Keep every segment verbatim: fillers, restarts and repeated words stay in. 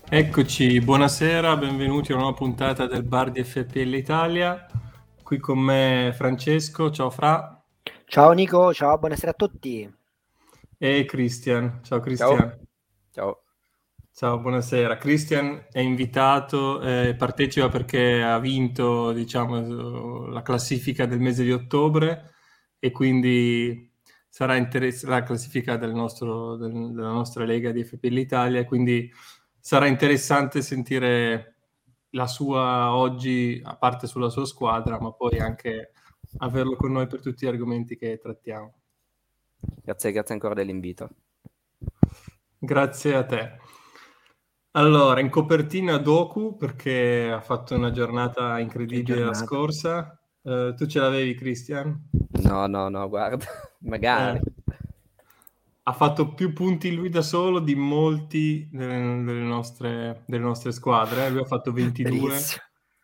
Eccoci, buonasera, benvenuti a una nuova puntata del Bar di F P L Italia. Qui con me Francesco, ciao Fra. Ciao Nico, ciao, buonasera a tutti. E Christian, ciao Ciao. Christian. Ciao. Ciao, buonasera. Christian è invitato, eh, partecipa perché ha vinto, diciamo, la classifica del mese di ottobre e quindi sarà interess- la classifica del nostro, del- della nostra Lega di F P L Italia, e quindi sarà interessante sentire la sua oggi, a parte sulla sua squadra, ma poi anche averlo con noi per tutti gli argomenti che trattiamo. Grazie, grazie ancora dell'invito. Grazie a te. Allora, in copertina Doku, perché ha fatto una giornata incredibile la giornata. scorsa. Eh, tu ce l'avevi, Christian? No, no, no, guarda, magari. Eh, ha fatto più punti lui da solo di molti delle, delle nostre, delle nostre squadre. Lui ha fatto ventidue. Bellissimo.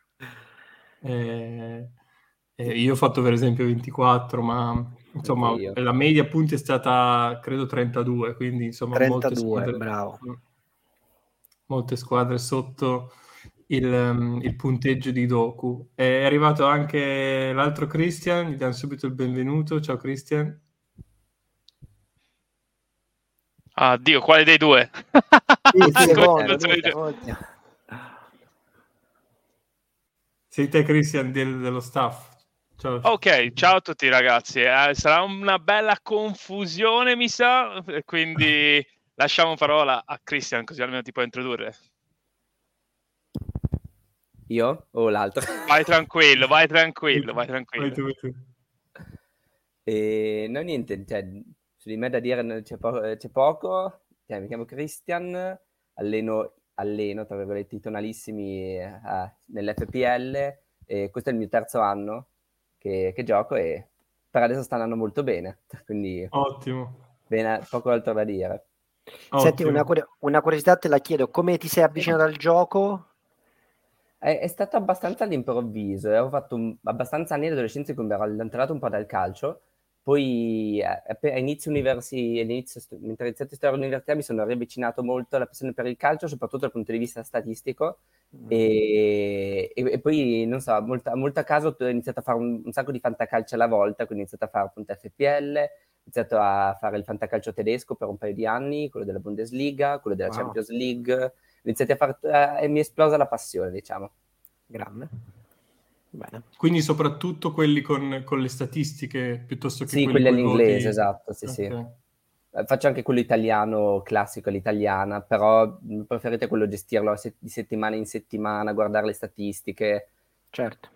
Eh, eh, io ho fatto per esempio ventiquattro, ma insomma Anche io. la media punti è stata credo trentadue, quindi insomma molte trentadue, squadre, bravo. molte squadre sotto il, um, il punteggio di Doku. È arrivato anche l'altro Christian, gli diamo subito il benvenuto. Ciao Christian. Ah, Dio, quale dei due? Il Sì, secondo, Come tu, dire. ultimo. Sei te Christian del- dello staff. Ciao. Ok, ciao a tutti ragazzi. Eh, sarà una bella confusione, mi sa, quindi lasciamo parola a Christian, così almeno ti può introdurre. Io o l'altro? Vai tranquillo, vai tranquillo, vai tranquillo. Vai tu, vai tu. E no, niente, cioè, su di me da dire c'è, po- c'è poco. Cioè, mi chiamo Christian, alleno, alleno tra virgolette, i tonalissimi eh, nell'F P L, e questo è il mio terzo anno che, che gioco e per adesso sta andando molto bene, quindi Ottimo. bene, poco altro da dire. Senti, Ottimo. una, curi- una curiosità te la chiedo, come ti sei avvicinato al gioco? È, è stato abbastanza all'improvviso, avevo fatto un, abbastanza anni di adolescenza in cui mi ero allontanato un po' dal calcio, poi eh, a inizio universi, all'inizio, mentre ho iniziato a studiare all'università mi sono riavvicinato molto alla passione per il calcio, soprattutto dal punto di vista statistico, Mm. e, e, e poi, non so, molto, molto a caso ho iniziato a fare un, un sacco di fantacalcio alla volta, quindi ho iniziato a fare appunto F P L, ho iniziato a fare il fantacalcio tedesco per un paio di anni, quello della Bundesliga, quello della Wow. Champions League, ho iniziato a fare, eh, e mi è esplosa la passione, diciamo. Grande. Bene. Quindi soprattutto quelli con, con le statistiche piuttosto che Sì, quelli quelli con i all'inglese, voti. esatto, sì, sì. Ok. Eh, Faccio anche quello italiano classico all'italiana, però mh, preferite quello gestirlo a se- di settimana in settimana, guardare le statistiche. Certo.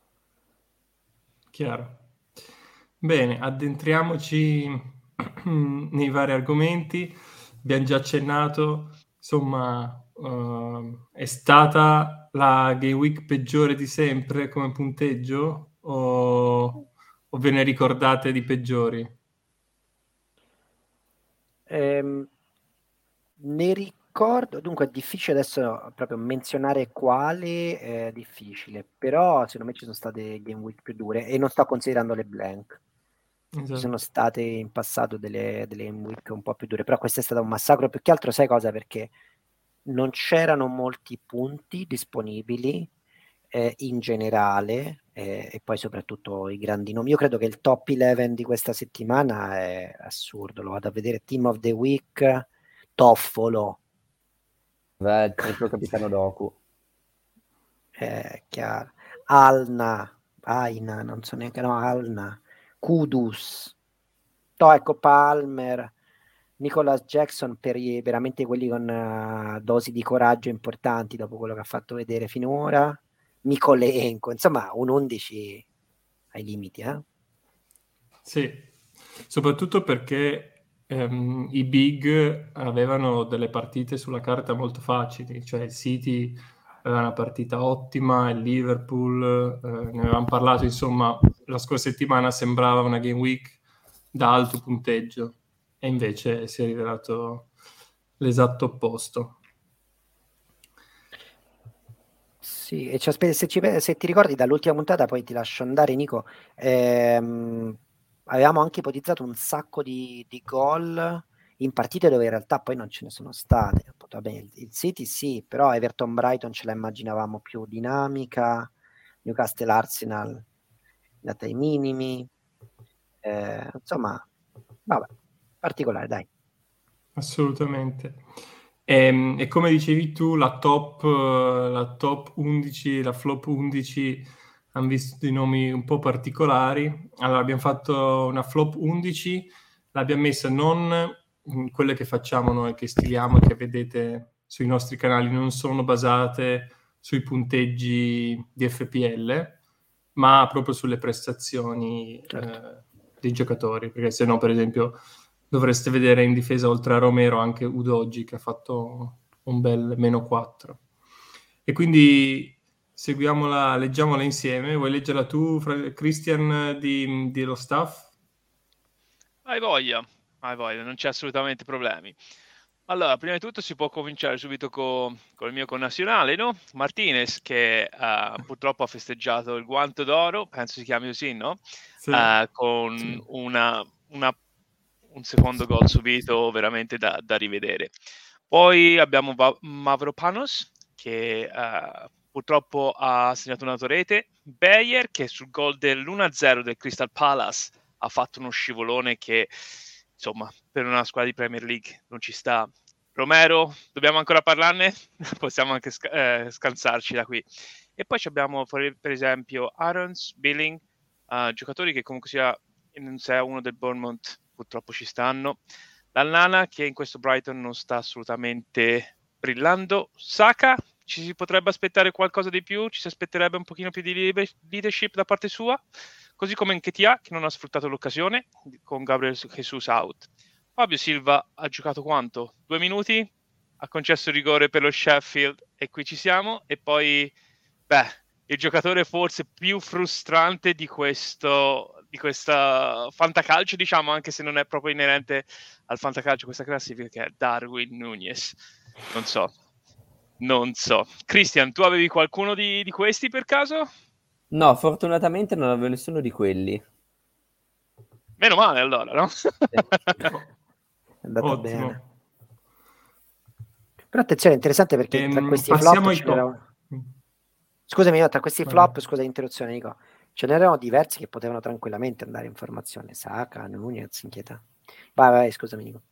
Chiaro. Bene, addentriamoci nei vari argomenti. Abbiamo già accennato, insomma, eh, è stata la Game Week peggiore di sempre come punteggio o, o ve ne ricordate di peggiori? Ehm, ne ricordo, dunque è difficile adesso proprio menzionare quale, è difficile, però secondo me ci sono state game week più dure e non sto considerando le blank. Ci Esatto. sono state in passato delle, delle game week un po' più dure, però questo è stato un massacro, più che altro sai cosa? Perché non c'erano molti punti disponibili eh, in generale eh, e poi soprattutto i grandi nomi. Io credo che il top undici di questa settimana è assurdo, lo vado a vedere, Team of the Week, Toffolo, Beh, il triplo capitano Doku. è chiaro, Alna, Aina, non so neanche, no, Alna, Kudus, no, ecco, Palmer, Nicholas Jackson per i, veramente quelli con uh, dosi di coraggio importanti dopo quello che ha fatto vedere finora, Mikolenko, insomma un undici ai limiti, eh? Sì, soprattutto perché ehm, i big avevano delle partite sulla carta molto facili, cioè il City aveva una partita ottima, il Liverpool, eh, ne avevamo parlato, insomma, la scorsa settimana sembrava una game week da alto punteggio e invece si è rivelato l'esatto opposto. Sì, e ci aspe- se, ci, se ti ricordi dall'ultima puntata, poi ti lascio andare, Nico. Ehm, avevamo anche ipotizzato un sacco di, di gol in partite dove in realtà poi non ce ne sono state. vabbè, il, il City sì, però Everton Brighton ce la immaginavamo più dinamica, Newcastle Arsenal data ai minimi, eh, insomma, vabbè, particolare, dai. Assolutamente. E, e come dicevi tu, la top, la top undici, la flop undici hanno visto dei nomi un po' particolari. Allora abbiamo fatto una flop undici, l'abbiamo messa non in quelle che facciamo noi, che stiliamo e che vedete sui nostri canali, non sono basate sui punteggi di F P L, ma proprio sulle prestazioni Certo. eh, dei giocatori, perché se no, per esempio, dovreste vedere in difesa oltre a Romero anche Udogi, che ha fatto un bel meno quattro. E quindi seguiamola, leggiamola insieme. Vuoi leggerla tu, Christian, di, di lo staff? Hai voglia, hai voglia, non c'è assolutamente problemi. Allora, prima di tutto si può cominciare subito con, con il mio connazionale, no? Martinez, che uh, purtroppo ha festeggiato il guanto d'oro, penso si chiami così, no? Sì. Uh, con Sì. una, una, un secondo gol subito veramente da, da rivedere. Poi abbiamo Va- Mavropanos, che uh, purtroppo ha segnato una rete. Bayer, che sul gol dell'uno a zero del Crystal Palace ha fatto uno scivolone che, insomma, per una squadra di Premier League non ci sta. Romero, dobbiamo ancora parlarne? Possiamo anche sc- eh, scansarci da qui. E poi abbiamo, per esempio, Aarons, Billing, uh, giocatori che comunque sia in sé uno del Bournemouth, purtroppo ci stanno. L'Allana, che in questo Brighton non sta assolutamente brillando. Saka, ci si potrebbe aspettare qualcosa di più, ci si aspetterebbe un pochino più di leadership da parte sua. Così come Nketiah, che non ha sfruttato l'occasione, con Gabriel Jesus out. Fabio Silva ha giocato quanto? Due minuti? Ha concesso rigore per lo Sheffield e qui ci siamo. E poi, beh, il giocatore forse più frustrante di questo, di questa fantacalcio, diciamo, anche se non è proprio inerente al fantacalcio questa classifica, che è Darwin Núñez. Non so. Non so. Christian, tu avevi qualcuno di, di questi per caso? No, fortunatamente non avevo nessuno di quelli. Meno male allora, no? È andata Ottimo. bene. Però attenzione, è interessante perché Ehm, tra questi passiamo flop ai ce top. n'erano... Scusami, no, tra questi Vai. flop, scusa l'interruzione, Nico, ce n'erano diversi che potevano tranquillamente andare in formazione. Saka, Nunez, Nketiah. Vai, vai, scusami, Nico.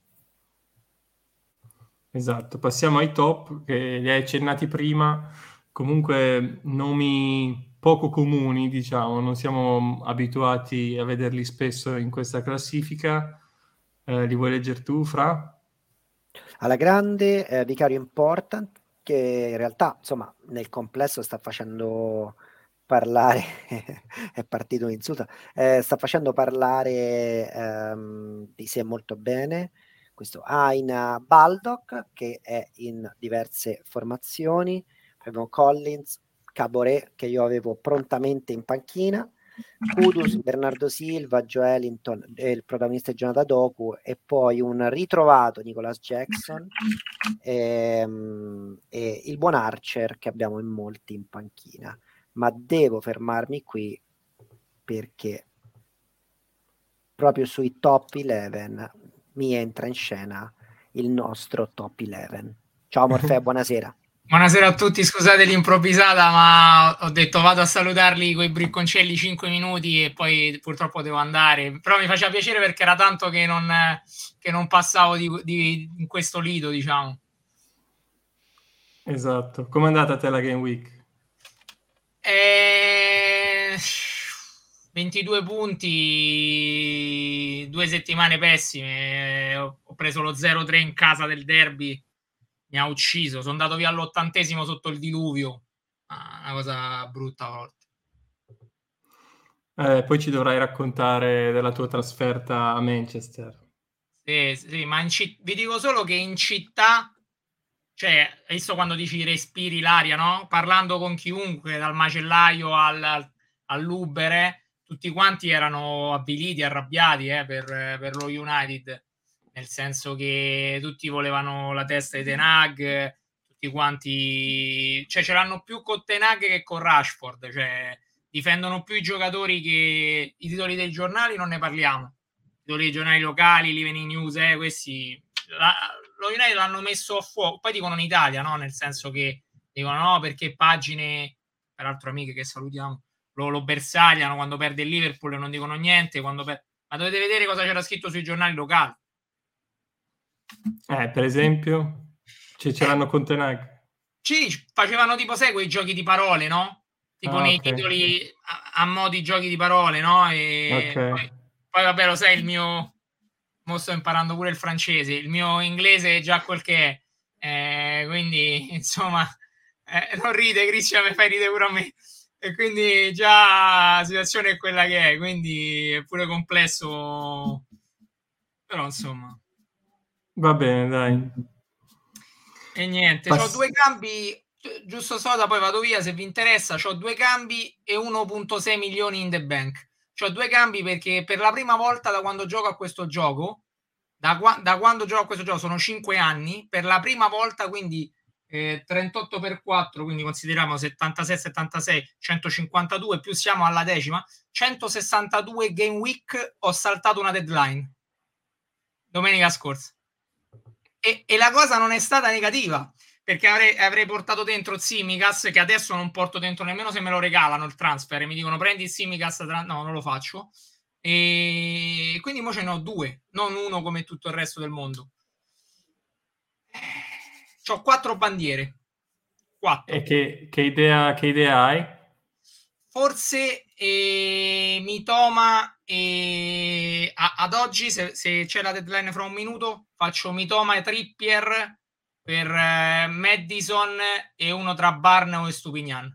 Esatto, passiamo ai top, che li hai accennati prima, comunque nomi poco comuni, diciamo, non siamo abituati a vederli spesso in questa classifica. Eh, li vuoi leggere tu, Fra? Alla grande, eh, Vicario Important, che in realtà, insomma, nel complesso sta facendo parlare, è partito un insulto, eh, sta facendo parlare ehm, di sé molto bene. Questo Aina Baldock, che è in diverse formazioni. Abbiamo Collins, Caboret, che io avevo prontamente in panchina, Kudus, Bernardo Silva, Joelinton, eh, il protagonista è Jonathan Doku, e poi un ritrovato Nicholas Jackson ehm, e il buon Archer, che abbiamo in molti in panchina. Ma devo fermarmi qui perché proprio sui top undici mi entra in scena il nostro top undici. Ciao Morfeo, buonasera. Buonasera a tutti, scusate l'improvvisata, ma ho detto vado a salutarli coi bricconcelli cinque minuti e poi purtroppo devo andare. Però mi faceva piacere perché era tanto che non, che non passavo di, di, in questo lido, diciamo. Esatto. Com'è andata a te la Game Week? E... ventidue punti, due settimane pessime. Ho preso lo zero tre in casa del derby. Mi ha ucciso, sono andato via all'ottantesimo sotto il diluvio, ah, una cosa brutta a volte. Eh, poi ci dovrai raccontare della tua trasferta a Manchester. Sì, sì, ma in citt- vi dico solo che in città, cioè, hai visto quando dici respiri l'aria, no? Parlando con chiunque, dal macellaio al, all'Uber, eh, tutti quanti erano avviliti, arrabbiati eh, per, per lo United, nel senso che tutti volevano la testa di Ten Hag, tutti quanti, cioè ce l'hanno più con Ten Hag che con Rashford, cioè difendono più i giocatori che i titoli dei giornali, non ne parliamo, i titoli dei giornali locali, l'Evening News, eh, questi la, lo United l'hanno messo a fuoco, poi dicono in Italia, no? Nel senso che dicono no, perché pagine, peraltro amiche che salutiamo, lo, lo bersagliano quando perde il Liverpool e non dicono niente, quando per... ma dovete vedere cosa c'era scritto sui giornali locali. Eh, per esempio, ce, ce l'hanno con Ten Hag. Sì, facevano tipo, sai, quei giochi di parole, no? Tipo Ah, nei okay. titoli a, a mo' di giochi di parole, no? E Okay. poi, poi, vabbè, lo sai, il mio... Mo sto imparando pure il francese, il mio inglese è già quel che è, eh, quindi, insomma, eh, non ride, Cristian, mi fai ridere pure a me. E quindi già la situazione è quella che è, quindi è pure complesso, però, insomma... Va bene, dai. E niente, Pass- ho due cambi, giusto Soda, poi vado via se vi interessa, ho due cambi e uno virgola sei milioni in the bank. C'ho due cambi perché per la prima volta da quando gioco a questo gioco, da, qua, da quando gioco a questo gioco sono cinque anni, per la prima volta, quindi eh, trentotto per quattro, quindi consideriamo settantasei settantasei, centocinquantadue, più siamo alla decima, centosessantadue game week, ho saltato una deadline domenica scorsa. E, e la cosa non è stata negativa, perché avrei, avrei portato dentro Tsimikas, che adesso non porto dentro nemmeno se me lo regalano il transfer, e mi dicono prendi il Tsimikas, tra... no, non lo faccio, e quindi mo ce ne ho due, non uno come tutto il resto del mondo. C'ho quattro bandiere. Quattro. E che, che, idea, che idea hai? Forse eh, Mitoma eh, a, ad oggi, se, se c'è la deadline fra un minuto, faccio Mitoma e Trippier per eh, Madison e uno tra Barneo e Stupignan.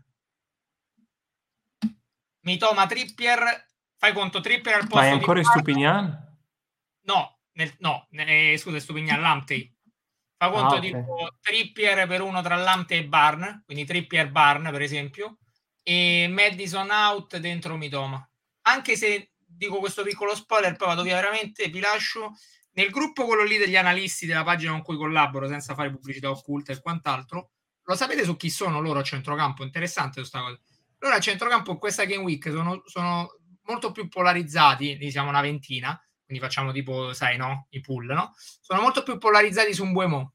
Mitoma, Trippier, fai conto Trippier al posto Ma è ancora di in Stupignan? No, nel, no eh, scusa, Stupignan, Lamptey. Fa conto Ah, di okay. Trippier per uno tra Lamptey e Barn, quindi Trippier Barn per esempio, e Madison out dentro Mitoma. Anche se dico questo piccolo spoiler, poi vado via veramente, vi lascio nel gruppo quello lì degli analisti della pagina con cui collaboro senza fare pubblicità occulta e quant'altro. Lo sapete su chi sono loro a centrocampo? Interessante questa cosa. Loro a centrocampo in questa game week sono, sono molto più polarizzati, diciamo una ventina, quindi facciamo tipo, sai, no? I pool, no? Sono molto più polarizzati su un Mbeumo.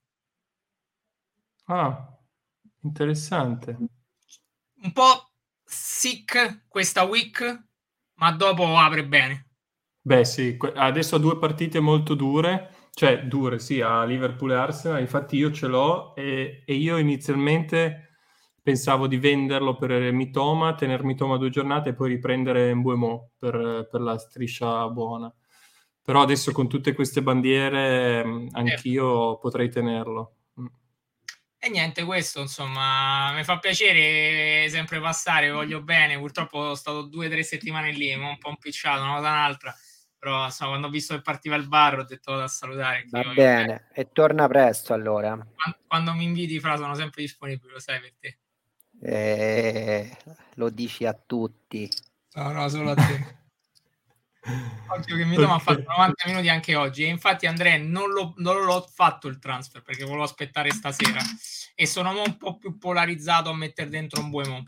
Ah, interessante. Un po' sick questa week, ma dopo apre bene. Beh sì, adesso ha due partite molto dure, cioè dure sì, a Liverpool e Arsenal, infatti io ce l'ho e, e io inizialmente pensavo di venderlo per Mitoma, tenere Mitoma due giornate e poi riprendere Mbeumo per, per la striscia buona. Però adesso con tutte queste bandiere anch'io potrei tenerlo. E niente, questo insomma mi fa piacere sempre passare, voglio bene, purtroppo sono stato due o tre settimane lì, un po' impicciato, una cosa un'altra, però insomma, quando ho visto che partiva il bar ho detto vado a salutare. Va io, bene, io... e torna presto allora. Quando, quando mi inviti, Fra, sono sempre disponibile, lo sai per te. Eh, lo dici a tutti. No, no, solo a te. Occhio che Mitoma okay. ha fatto novanta minuti anche oggi e infatti Andrea non, lo, non l'ho fatto il transfer perché volevo aspettare stasera e sono un po' più polarizzato a mettere dentro un Mbeumo.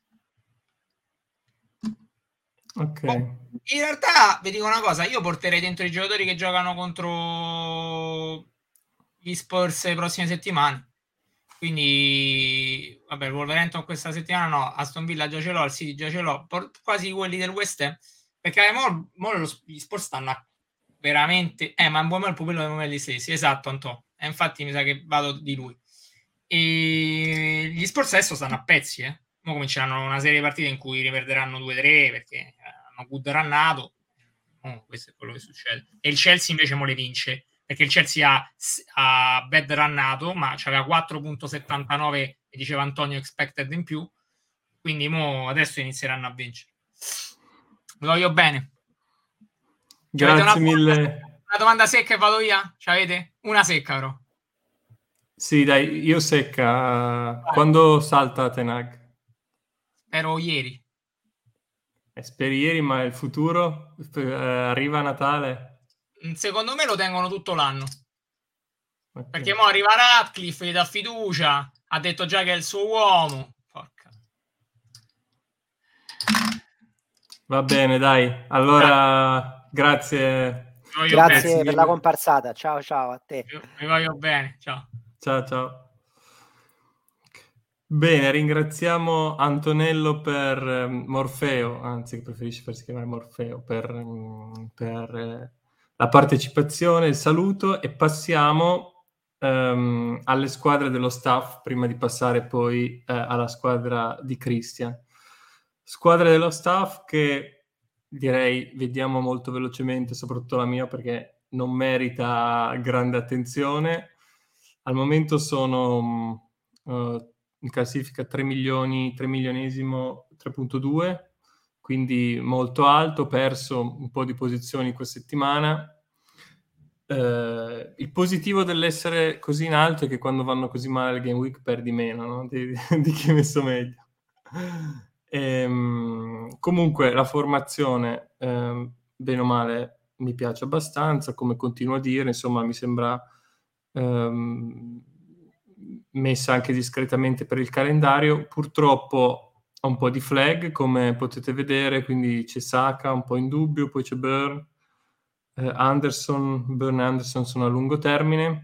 Ok. Oh, in realtà vi dico una cosa, io porterei dentro i giocatori che giocano contro gli Spurs le prossime settimane, quindi vabbè, il Wolverhampton questa settimana no, Aston Villa già ce l'ho, il City già ce l'ho, quasi quelli del West Ham, perché mo, mo gli Spurs stanno a veramente eh ma un buon il pupillo dei modelli stessi, esatto Antò, e infatti mi sa che vado di lui. E gli Spurs adesso stanno a pezzi, eh mo cominceranno una serie di partite in cui riperderanno due tre perché hanno good runnato. Oh, questo è quello che succede. E il Chelsea invece mo le vince perché il Chelsea ha, ha bad runnato ma c'aveva quattro virgola settantanove e diceva Antonio expected in più, quindi mo adesso inizieranno a vincere. Vi voglio bene. Grazie una mille. Domanda, una domanda secca e vado via? C'avete? Una secca però. Sì, dai, io secca. Vai. Quando salta Ten Hag? Spero ieri. Eh, speri ieri, ma il futuro? Eh, arriva a Natale? Secondo me lo tengono tutto l'anno. Okay. Perché mo arriva Ratcliffe, gli dà fiducia, ha detto già che è il suo uomo. Porca. Va bene, dai. Allora, grazie, Grazie bene. per la comparsata. Ciao ciao a te. Io, mi voglio bene. Ciao. Ciao ciao. Bene, ringraziamo Antonello per eh, Morfeo, anzi preferisce farsi chiamare Morfeo, per, mm, per eh, la partecipazione, il saluto, e passiamo ehm, alle squadre dello staff prima di passare poi eh, alla squadra di Christian. Squadre dello staff che direi vediamo molto velocemente, soprattutto la mia perché non merita grande attenzione. Al momento sono uh, in classifica tre milioni, tre milionesimo, tre virgola due, quindi molto alto, perso un po' di posizioni questa settimana. Uh, il positivo dell'essere così in alto è che quando vanno così male le game week perdi meno, no? di, di chi è messo meglio. Ehm, comunque la formazione, ehm, bene o male, mi piace abbastanza, come continuo a dire, insomma mi sembra ehm, messa anche discretamente per il calendario. Purtroppo ho un po' di flag, come potete vedere, quindi c'è Saka un po' in dubbio, poi c'è Burn, eh, Anderson, Burn e Anderson sono a lungo termine.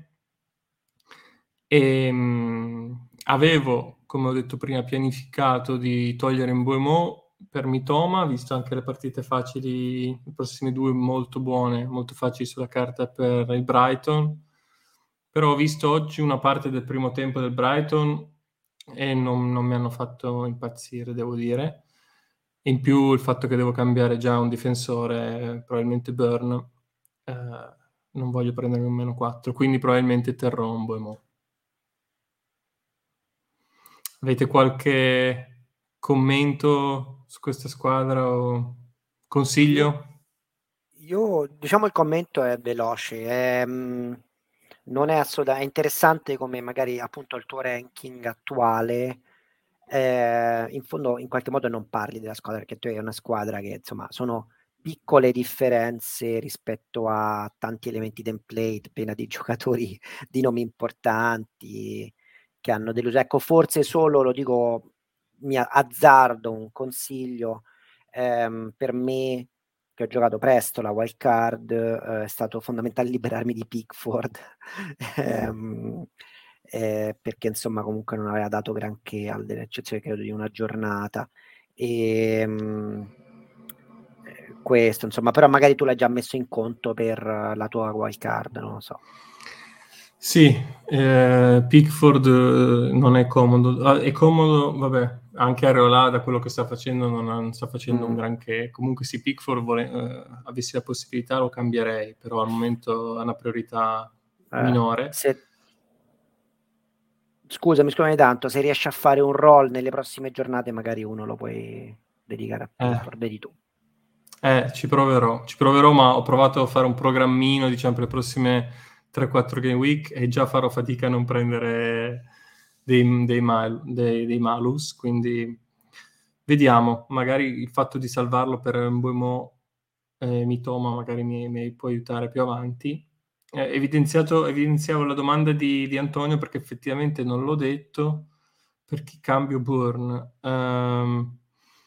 E, mh, avevo, come ho detto prima, pianificato di togliere Mbeumo per Mitoma, visto anche le partite facili, le prossime due molto buone, molto facili sulla carta per il Brighton, però ho visto oggi una parte del primo tempo del Brighton e non, non mi hanno fatto impazzire, devo dire. In più il fatto che devo cambiare già un difensore, probabilmente Burn, eh, non voglio prendermi un meno quattro, quindi probabilmente terrò un Mbeumo. Avete qualche commento su questa squadra o consiglio? Io, io diciamo il commento è veloce, è, mh, non è assolutamente è interessante come magari appunto il tuo ranking attuale, eh, in fondo in qualche modo non parli della squadra perché tu hai una squadra che insomma sono piccole differenze rispetto a tanti elementi template, piena di giocatori di nomi importanti che hanno deluso. Ecco, forse solo, lo dico, mi azzardo un consiglio, ehm, per me che ho giocato presto la wild card, eh, è stato fondamentale liberarmi di Pickford ehm, eh, perché insomma comunque non aveva dato granché, all'eccezione credo di una giornata, e mh, eh, questo insomma, però magari tu l'hai già messo in conto per la tua wild card, non lo so. Sì, eh, Pickford eh, non è comodo, ah, è comodo, vabbè, anche Areola da quello che sta facendo non, non sta facendo Mm. un granché. Comunque se Pickford vole, eh, avessi la possibilità lo cambierei, però al momento ha una priorità Eh, minore. se... Scusami, scusami tanto, se riesci a fare un roll nelle prossime giornate magari uno lo puoi dedicare a Pickford, Eh. vedi tu. Eh, ci proverò, ci proverò, ma ho provato a fare un programmino, diciamo, per le prossime tre quattro game week e già farò fatica a non prendere dei, dei, mal, dei, dei malus, quindi vediamo, magari il fatto di salvarlo per un Mbeumo eh, Mitoma magari mi, mi può aiutare più avanti. Eh, evidenziato, evidenziavo la domanda di, di Antonio perché effettivamente non l'ho detto, perché cambio Burn. Um,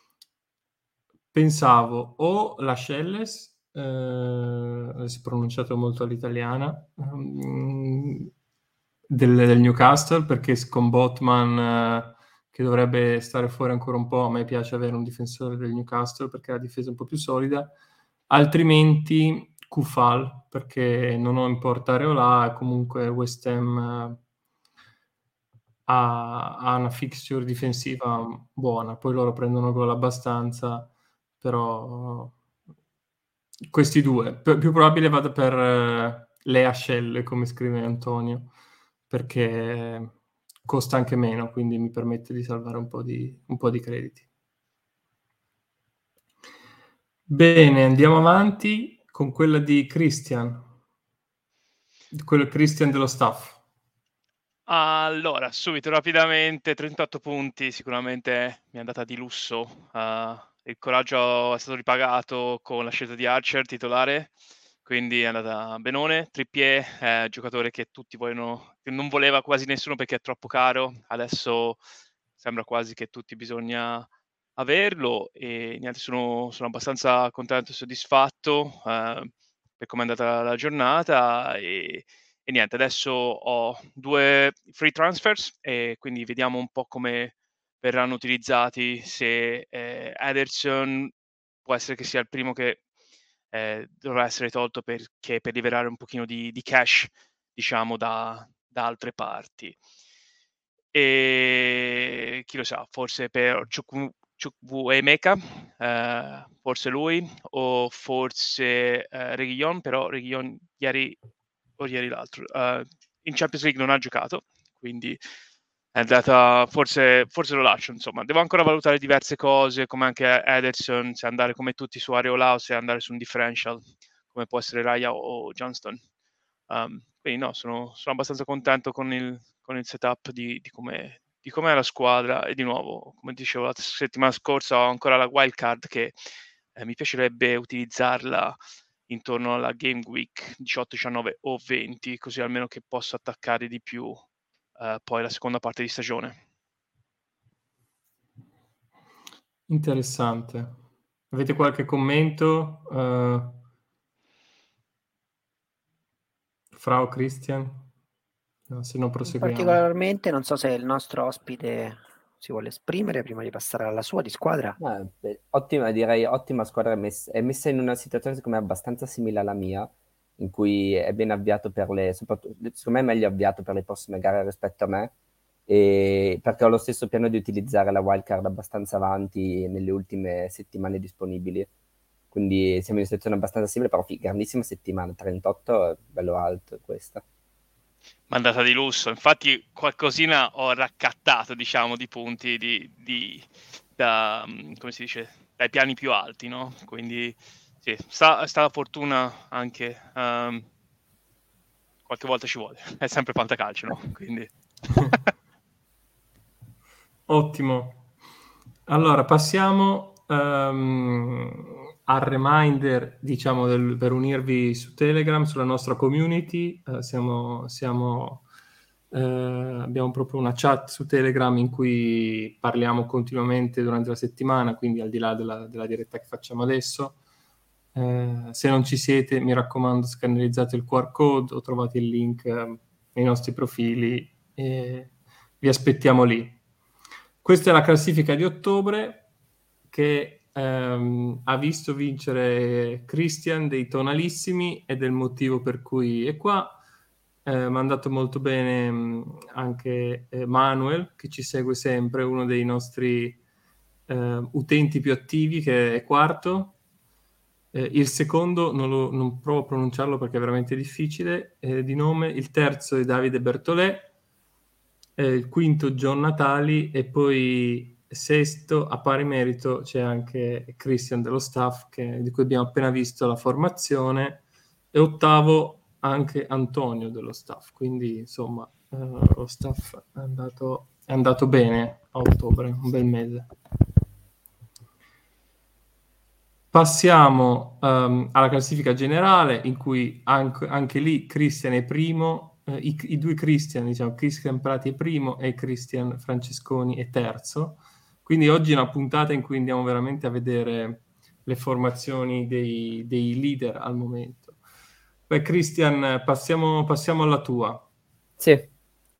pensavo o la Shelles, eh, adesso pronunciato molto all'italiana, um, del, del Newcastle, perché con Botman eh, che dovrebbe stare fuori ancora un po', a me piace avere un difensore del Newcastle perché la difesa è un po' più solida, altrimenti Kufal, perché non ho in porta Areola e comunque West Ham eh, ha, ha una fixture difensiva buona, poi loro prendono gol abbastanza, però questi due, P- più probabile vada per eh, le ascelle, come scrive Antonio, perché costa anche meno, quindi mi permette di salvare un po' di, un po' di crediti. Bene, andiamo avanti con quella di Christian, quello Christian dello staff. Allora, subito, rapidamente, trentotto punti, sicuramente mi è andata di lusso. Uh, il coraggio è stato ripagato con la scelta di Archer titolare, quindi è andata benone. Trippier è un giocatore che tutti vogliono, che non voleva quasi nessuno perché è troppo caro, adesso sembra quasi che tutti bisogna averlo e niente, sono, sono abbastanza contento e soddisfatto. Uh, per come è andata la giornata e, e niente, adesso ho due free transfers e quindi vediamo un po' come verranno utilizzati, se eh, Ederson può essere che sia il primo che eh, dovrà essere tolto perché per liberare un pochino di, di cash, diciamo, da, da altre parti. E chi lo sa, forse per Chukwuemeka, eh, forse lui, o forse eh, Reguilon, però Reguilon ieri o ieri l'altro uh, in Champions League non ha giocato, quindi è andata, forse, forse lo lascio, insomma. Devo ancora valutare diverse cose, come anche Ederson, se andare come tutti su Areola o se andare su un differential, come può essere Raya o Johnston. Um, quindi no, sono, sono abbastanza contento con il, con il setup di, di come di com'è la squadra e di nuovo, come dicevo la settimana scorsa, ho ancora la wild card che eh, mi piacerebbe utilizzarla intorno alla game week diciotto, diciannove o venti, così almeno che posso attaccare di più eh, poi la seconda parte di stagione. Interessante. Avete qualche commento? Uh, Fra o Christian? No, se no proseguiamo. Particolarmente, non so se il nostro ospite si vuole esprimere prima di passare alla sua di squadra. Ah, beh, ottima, direi ottima squadra, è messa, è messa in una situazione secondo me abbastanza simile alla mia, in cui è ben avviato per le, soprattutto, secondo me è meglio avviato per le prossime gare rispetto a me, e perché ho lo stesso piano di utilizzare la wildcard abbastanza avanti nelle ultime settimane disponibili, quindi siamo in una situazione abbastanza simile, però grandissima settimana, trentotto, bello alto questa. Mandata di lusso, infatti qualcosina ho raccattato, diciamo, di punti di, di da, come si dice, dai piani più alti, no? Quindi sì, sta, sta la fortuna anche, um, qualche volta ci vuole, è sempre fantacalcio, no? Quindi ottimo. Allora passiamo um, al reminder, diciamo, del, per unirvi su Telegram, sulla nostra community. Uh, siamo, siamo, uh, abbiamo proprio una chat su Telegram in cui parliamo continuamente durante la settimana, quindi al di là della, della diretta che facciamo adesso. Uh, se non ci siete, mi raccomando, scannerizzate il Q R code o trovate il link uh, nei nostri profili e vi aspettiamo lì. Questa è la classifica di ottobre che Um, ha visto vincere Christian dei Tonalissimi ed è il motivo per cui è qua. Eh, mi ha andato molto bene um, anche eh, Manuel, che ci segue sempre, uno dei nostri uh, utenti più attivi, che è quarto. Eh, il secondo non, lo, non provo a pronunciarlo perché è veramente difficile, eh, di nome. Il terzo è Davide Bertolè, eh, il quinto John Natali e poi sesto, a pari merito, c'è anche Christian dello staff, che, di cui abbiamo appena visto la formazione, e ottavo anche Antonio dello staff, quindi insomma eh, lo staff è andato, è andato bene a ottobre, un bel mese. Passiamo um, alla classifica generale, in cui anche, anche lì Christian è primo, eh, i, i due Christian, diciamo, Christian Prati è primo e Christian Francesconi è terzo. Quindi oggi è una puntata in cui andiamo veramente a vedere le formazioni dei, dei leader al momento. Beh, Christian, passiamo, passiamo alla tua. Sì.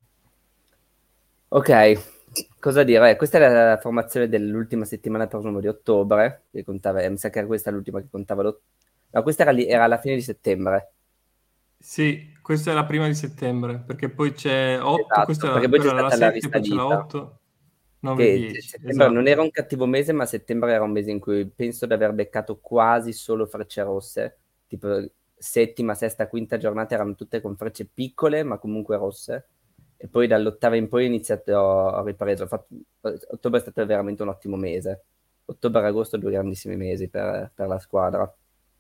Ok, cosa dire? Questa è la formazione dell'ultima settimana per numero di ottobre, che contava, mi sa che era questa l'ultima che contava l'ottobre. No, questa era, lì, era alla fine di settembre. Sì, questa è la prima di settembre, perché poi c'è otto, Esatto, questa è perché la, poi c'è quella stata la la sette, poi c'è la risalita. otto. nove, Che dieci, settembre esatto. non era un cattivo mese, ma settembre era un mese in cui penso di aver beccato quasi solo frecce rosse, tipo settima, sesta, quinta giornata erano tutte con frecce piccole, ma comunque rosse, e poi dall'ottava in poi ho iniziato a ripreso. Ho fatto, ottobre è stato veramente un ottimo mese, ottobre e agosto due grandissimi mesi per, per la squadra.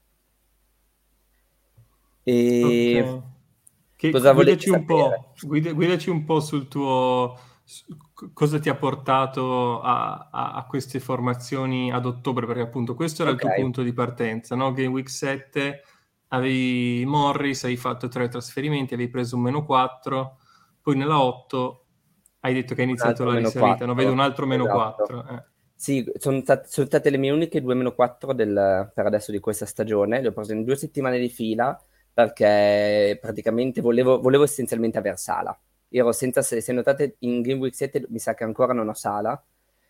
E Ok. Che, cosa guidaci, un volete sapere? po', guida, guidaci un po' sul tuo... su, cosa ti ha portato a, a, a queste formazioni ad ottobre, perché appunto questo era Ok. il tuo punto di partenza, no? Game Week sette avevi Morris, hai fatto tre trasferimenti, avevi preso un meno quattro, poi nella otto hai detto che hai iniziato la meno risalita, no? Vedo un altro meno esatto. quattro. Eh. Sì, sono, stat- sono state le mie uniche due meno quattro del, per adesso di questa stagione. Le ho prese in due settimane di fila perché praticamente volevo, volevo essenzialmente aver Sala. Io ero senza, se, se notate in Game Week sette mi sa che ancora non ho Sala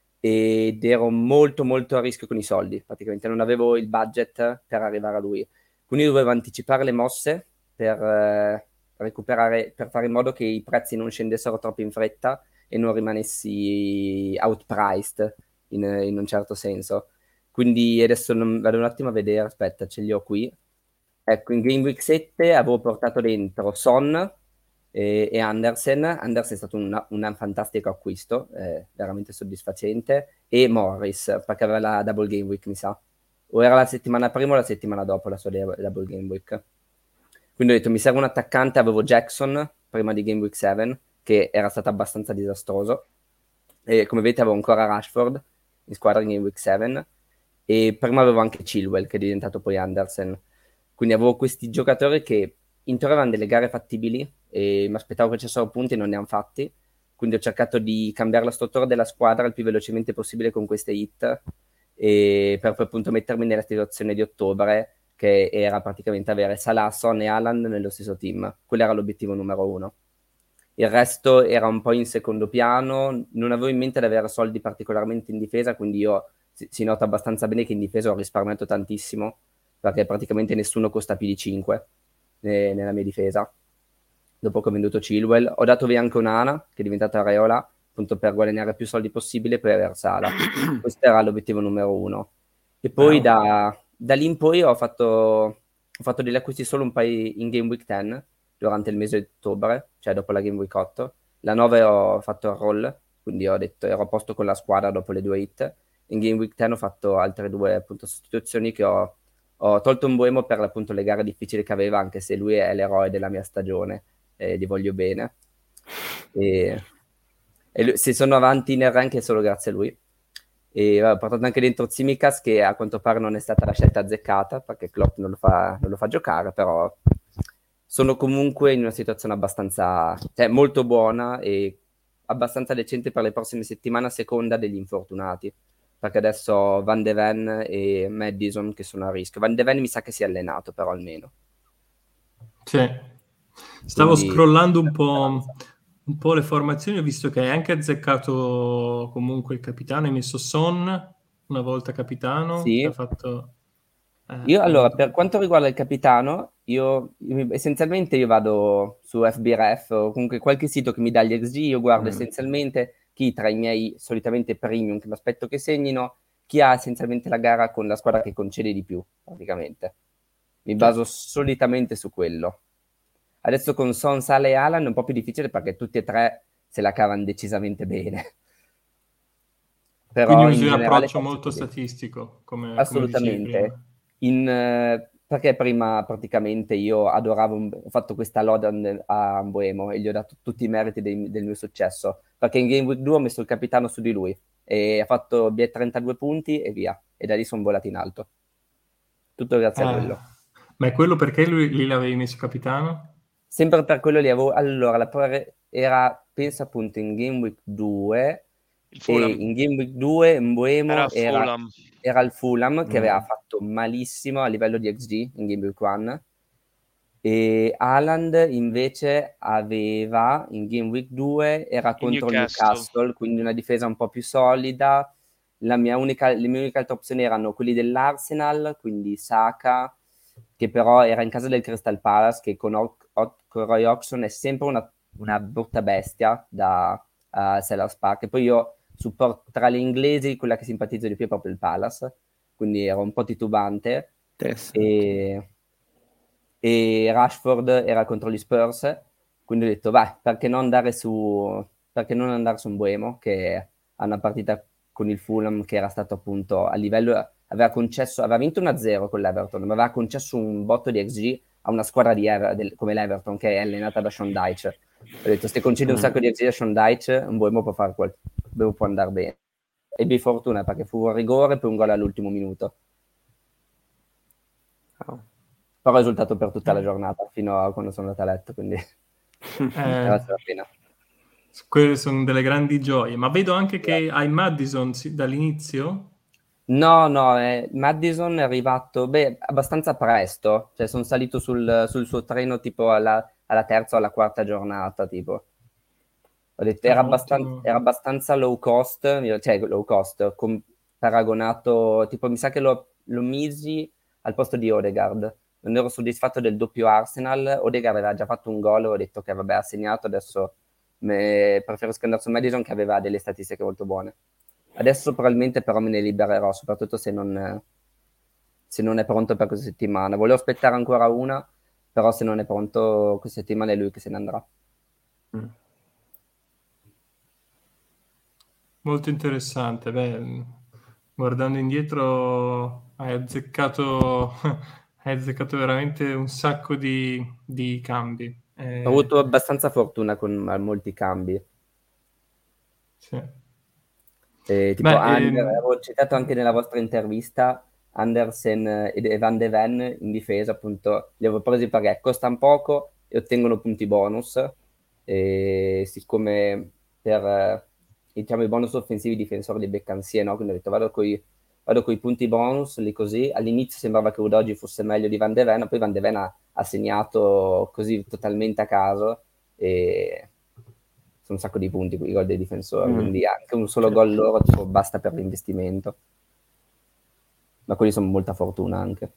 ed ero molto molto a rischio con i soldi, praticamente non avevo il budget per arrivare a lui. Quindi dovevo anticipare le mosse per eh, recuperare, per fare in modo che i prezzi non scendessero troppo in fretta e non rimanessi outpriced in, in un certo senso. Quindi adesso non, vado un attimo a vedere, aspetta, ce li ho qui. Ecco, in Game Week sette avevo portato dentro Son e, e Andersen. Andersen è stato un, un fantastico acquisto, eh, veramente soddisfacente, e Morris, perché aveva la double Game Week, mi sa. O era la settimana prima o la settimana dopo la sua double Game Week. Quindi ho detto, mi serve un attaccante, avevo Jackson prima di Game Week sette, che era stato abbastanza disastroso. E come vedete avevo ancora Rashford in squadra in Game Week sette, e prima avevo anche Chilwell, che è diventato poi Andersen. Quindi avevo questi giocatori che in teoria avevano delle gare fattibili e mi aspettavo che facessero punti e non ne hanno fatti. Quindi ho cercato di cambiare la struttura della squadra il più velocemente possibile con queste hit, e per poi appunto mettermi nella situazione di ottobre, che era praticamente avere Salah, Son e Haaland nello stesso team. Quello era l'obiettivo numero uno. Il resto era un po' in secondo piano, non avevo in mente di avere soldi particolarmente in difesa, quindi io si, si nota abbastanza bene che in difesa ho risparmiato tantissimo, perché praticamente nessuno costa più di cinque eh, nella mia difesa. Dopo che ho venduto Chilwell, ho dato via anche Onana, che è diventata Areola, appunto per guadagnare più soldi possibile e poi avere Sala. Questo era l'obiettivo numero uno. E poi wow. da, da lì in poi ho fatto, ho fatto degli acquisti solo un paio in Game Week dieci, durante il mese di ottobre, cioè dopo la Game Week otto. La nove ho fatto il roll, quindi ho detto ero a posto con la squadra dopo le due hit. In Game Week dieci ho fatto altre due appunto sostituzioni, che ho, ho tolto un Mbeumo per appunto le gare difficili che aveva, anche se lui è l'eroe della mia stagione e gli voglio bene. E, e lui, se sono avanti nel rank è solo grazie a lui. E ho portato anche dentro Tsimikas, che a quanto pare non è stata la scelta azzeccata, perché Klopp non lo fa, non lo fa giocare, però sono comunque in una situazione abbastanza, cioè molto buona e abbastanza decente per le prossime settimane, a seconda degli infortunati, perché adesso ho Van de Ven e Maddison che sono a rischio. Van de Ven mi sa che si è allenato, però almeno. Sì. Stavo Quindi, scrollando un po', un po' le formazioni, ho visto che hai anche azzeccato comunque il capitano, hai messo Son una volta capitano, sì. che ha fatto... Eh, io allora, per quanto riguarda il capitano, io, io essenzialmente io vado su F B R F o comunque qualche sito che mi dà gli X G, io guardo mm. essenzialmente chi tra i miei solitamente premium che mi aspetto che segnino, chi ha essenzialmente la gara con la squadra che concede di più, praticamente. Mi baso solitamente su quello. Adesso con Son, Salah e Haaland è un po' più difficile perché tutti e tre se la cavano decisamente bene. Però quindi usi un approccio molto statistico, come, assolutamente. Come prima. In, eh, perché prima praticamente io adoravo, ho fatto questa lode a Mbeumo e gli ho dato tutti i meriti dei, del mio successo, perché in Game Week due ho messo il capitano su di lui e ha fatto trentadue punti e via, e da lì sono volati in alto. Tutto grazie eh, a quello. Ma è quello perché lui, lì l'avevi messo capitano? Sempre per quello lì avevo, allora la prova era, penso appunto in Game Week due, e in Game Week due Mbeumo era, era, era il Fulham che mm. aveva fatto malissimo a livello di X G in Game Week uno, e Haaland invece aveva in Game Week due era contro il Newcastle. Newcastle, quindi una difesa un po' più solida. La mia unica, le mie uniche altre opzioni erano quelli dell'Arsenal, quindi Saka, che però era in casa del Crystal Palace, che con, o- o- con Roy Hodgson è sempre una, una brutta bestia da uh, Sellers Park. E poi io supporto tra le inglesi, quella che simpatizzo di più è proprio il Palace, quindi ero un po' titubante. E, e Rashford era contro gli Spurs, quindi ho detto vai, perché non andare su perché non andare su Mbeumo, che ha una partita con il Fulham che era stato appunto a livello, aveva concesso, aveva vinto uno a zero con l'Everton, ma aveva concesso un botto di X G a una squadra di Ever, del, come l'Everton, che è allenata da Sean Dyche. Ho detto, se concedi un sacco di X G a Sean Dyche, Mbeumo può fare quel, può andare bene. Ebbi fortuna perché fu un rigore per un gol all'ultimo minuto. Oh. Però ho risultato per tutta la giornata, fino a quando sono andato a letto, quindi eh, era la pena. Quelle sono delle grandi gioie, ma vedo anche che hai Madison sì, dall'inizio? No, no, eh, Madison è arrivato, beh, abbastanza presto, cioè sono salito sul, sul suo treno tipo alla, alla terza o alla quarta giornata, tipo. Ho detto, era, Ah, abbastan- ottimo. era abbastanza low cost, cioè low cost, com- paragonato, tipo mi sa che lo, lo misi al posto di Odegaard. Non ero soddisfatto del doppio Arsenal, Odegaard aveva già fatto un gol, ho detto che vabbè ha segnato, adesso me- preferisco andare su Madison che aveva delle statistiche molto buone. Adesso probabilmente però me ne libererò, soprattutto se non, se non è pronto per questa settimana. Volevo aspettare ancora una, però se non è pronto questa settimana è lui che se ne andrà. Mm. Molto interessante. Beh, guardando indietro hai azzeccato, hai azzeccato veramente un sacco di, di cambi. Eh, Ho avuto abbastanza fortuna con molti cambi. sì. Eh, tipo, Beh, Ander, ehm, avevo citato anche nella vostra intervista Andersen e Van de Ven in difesa, appunto, li avevo presi perché costano poco e ottengono punti bonus. E siccome per eh, diciamo, i bonus offensivi difensori dei Beccansie, no? Quindi ho detto vado con i punti bonus, lì così. All'inizio sembrava che Udogi fosse meglio di Van de Ven, poi Van de Ven ha, ha segnato così totalmente a caso e sono un sacco di punti i gol dei difensori, Mm. quindi anche un solo Sì. gol loro tipo, basta per l'investimento. Ma quelli sono molta fortuna anche.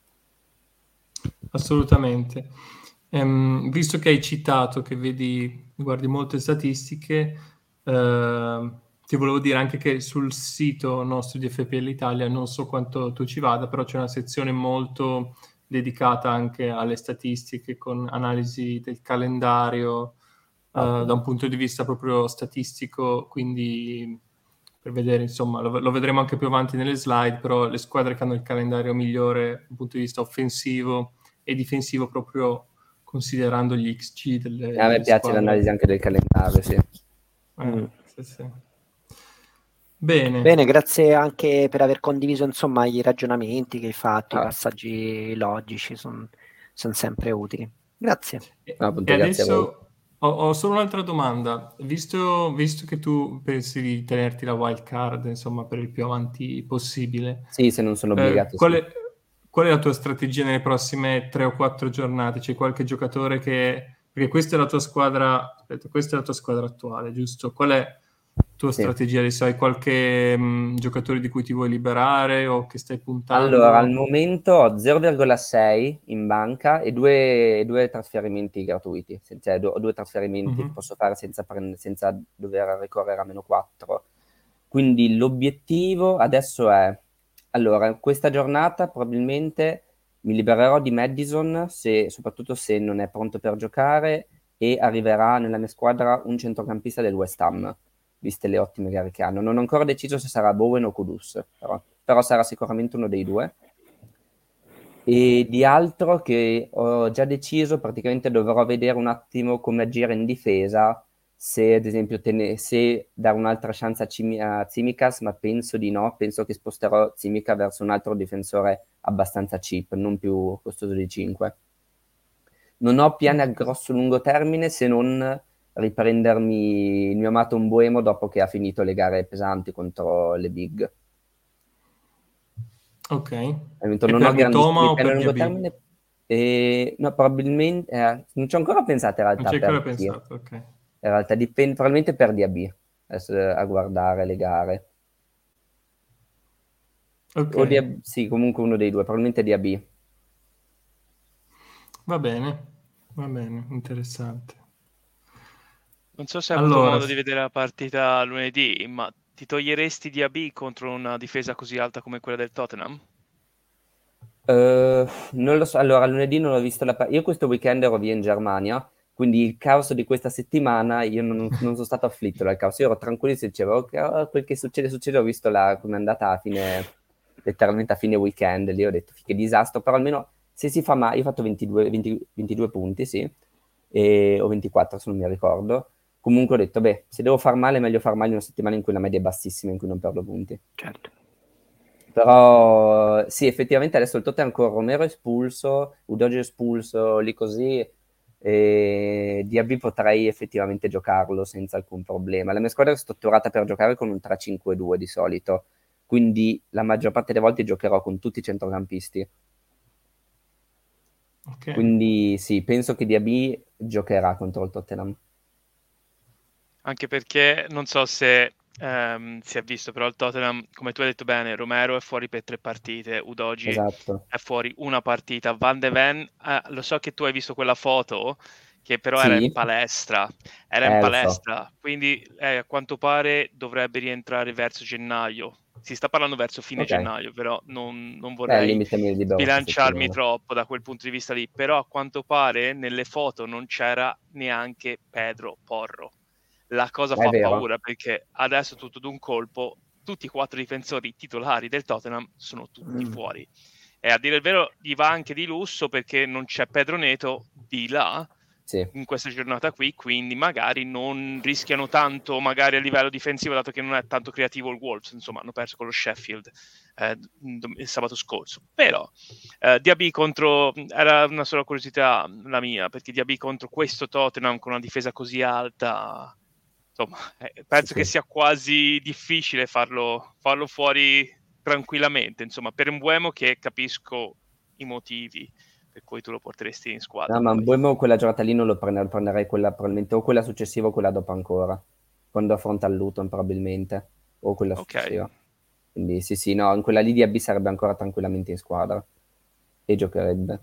assolutamente. Ehm, visto che hai citato che vedi, guardi molte statistiche, ehm, ti volevo dire anche che sul sito nostro di F P L Italia, non so quanto tu ci vada, però c'è una sezione molto dedicata anche alle statistiche con analisi del calendario, eh, da un punto di vista proprio statistico, quindi per vedere, insomma, lo, lo vedremo anche più avanti nelle slide, però le squadre che hanno il calendario migliore dal punto di vista offensivo e difensivo, proprio considerando gli X G delle, E a me delle piace squadre. l'analisi anche del calendario, sì. Eh, Mm. sì, sì. Bene. Bene, grazie anche per aver condiviso insomma i ragionamenti che hai fatto, i Ah. passaggi logici, sono sempre utili. Grazie. E, No, appunto, e grazie a voi. adesso ho, ho solo un'altra domanda. Visto, visto che tu pensi di tenerti la wild card, insomma, per il più avanti possibile, Sì, se non sono eh, obbligato, qual sì. è, qual è la tua strategia nelle prossime tre o quattro giornate? C'è qualche giocatore che... Perché questa è la tua squadra, aspetta, questa è la tua squadra attuale, giusto? Qual è la tua Sì. strategia? Adesso hai qualche mh, giocatore di cui ti vuoi liberare o che stai puntando? Allora, al momento ho zero virgola sei in banca e due, due trasferimenti gratuiti, cioè due, due trasferimenti Mhm. che posso fare senza, prend- senza dover ricorrere a meno quattro. Quindi l'obiettivo adesso è, allora, questa giornata probabilmente mi libererò di Madison, se, soprattutto se non è pronto per giocare, e arriverà nella mia squadra un centrocampista del West Ham, viste le ottime gare che hanno. Non ho ancora deciso se sarà Bowen o Kudus, però, però sarà sicuramente uno dei due. E di altro che ho già deciso, praticamente dovrò vedere un attimo come agire in difesa, se ad esempio tene- se dare un'altra chance a, Cimi- a Tsimikas, ma penso di no, penso che sposterò Tsimikas verso un altro difensore abbastanza cheap, non più costoso di cinque. Non ho piani a grosso lungo termine se non riprendermi il mio amato Mbuemo dopo che ha finito le gare pesanti contro le big. Ok. Appunto, E non per ho Mitoma grandissimi o piani a per lungo Diaby? termine. E, no, probabilmente eh, non ci ho ancora pensato in Non realtà ci hai per ancora chi. In pensato, ok. realtà dipende probabilmente per D A B adesso, eh, a guardare le gare. Ok, O D A B, sì, comunque uno dei due, probabilmente D A B. va bene, va bene, interessante. Non so se hai avuto Allora, modo di vedere la partita lunedì, ma ti toglieresti di A B contro una difesa così alta come quella del Tottenham? Eh, non lo so, allora lunedì non ho visto la partita. Io questo weekend ero via in Germania, quindi il caos di questa settimana io non, non sono stato afflitto dal caos. Io ero tranquillissimo, dicevo, ok, oh, quel che succede, succede. Ho visto la, come è andata a fine, letteralmente a fine weekend. Lì ho detto, che disastro, però almeno se si fa male, io ho fatto ventidue, venti, ventidue punti, sì, e, o ventiquattro se non mi ricordo. Comunque ho detto, beh, se devo far male, è meglio far male in una settimana in cui la media è bassissima, in cui non perdo punti. Certo. Però sì, effettivamente adesso il Tottenham con Romero espulso, Udogie espulso, lì così, e eh, D A B potrei effettivamente giocarlo senza alcun problema. La mia squadra è strutturata per giocare con un tre cinque due di solito, quindi la maggior parte delle volte giocherò con tutti i centrocampisti. Ok. Quindi sì, penso che D A B giocherà contro il Tottenham. Anche perché non so se ehm, si è visto, però il Tottenham, come tu hai detto bene, Romero è fuori per tre partite, Udogie Esatto. è fuori una partita, Van de Ven, eh, lo so che tu hai visto quella foto, che però era in Sì, palestra, era in eh, lo so. palestra, quindi eh, a quanto pare dovrebbe rientrare verso gennaio. Si sta parlando verso fine Ok. gennaio, però non, non Beh, al vorrei limite mi libero questa sbilanciarmi settimana. troppo da quel punto di vista lì, però a quanto pare nelle foto non c'era neanche Pedro Porro. La cosa Ma è fa vero. paura perché adesso tutto d'un colpo tutti i quattro difensori titolari del Tottenham sono tutti Mm. fuori. E a dire il vero gli va anche di lusso perché non c'è Pedro Neto di là Sì. in questa giornata qui, quindi magari non rischiano tanto magari a livello difensivo, dato che non è tanto creativo il Wolves, insomma hanno perso con lo Sheffield eh, il sabato scorso. Però eh, D A B contro, era una sola curiosità la mia, perché D A B contro questo Tottenham con una difesa così alta, insomma, eh, penso Sì, che sì. sia quasi difficile farlo, farlo fuori tranquillamente, insomma, per un Mbeumo che capisco i motivi per cui tu lo porteresti in squadra. No, ma poi. Mbeumo quella giornata lì non lo prenderei, prenderei quella probabilmente o quella successiva o quella dopo ancora, quando affronta il Luton probabilmente, o quella Ok, successiva. Quindi sì, sì, no, in quella lì D A B sarebbe ancora tranquillamente in squadra e giocherebbe.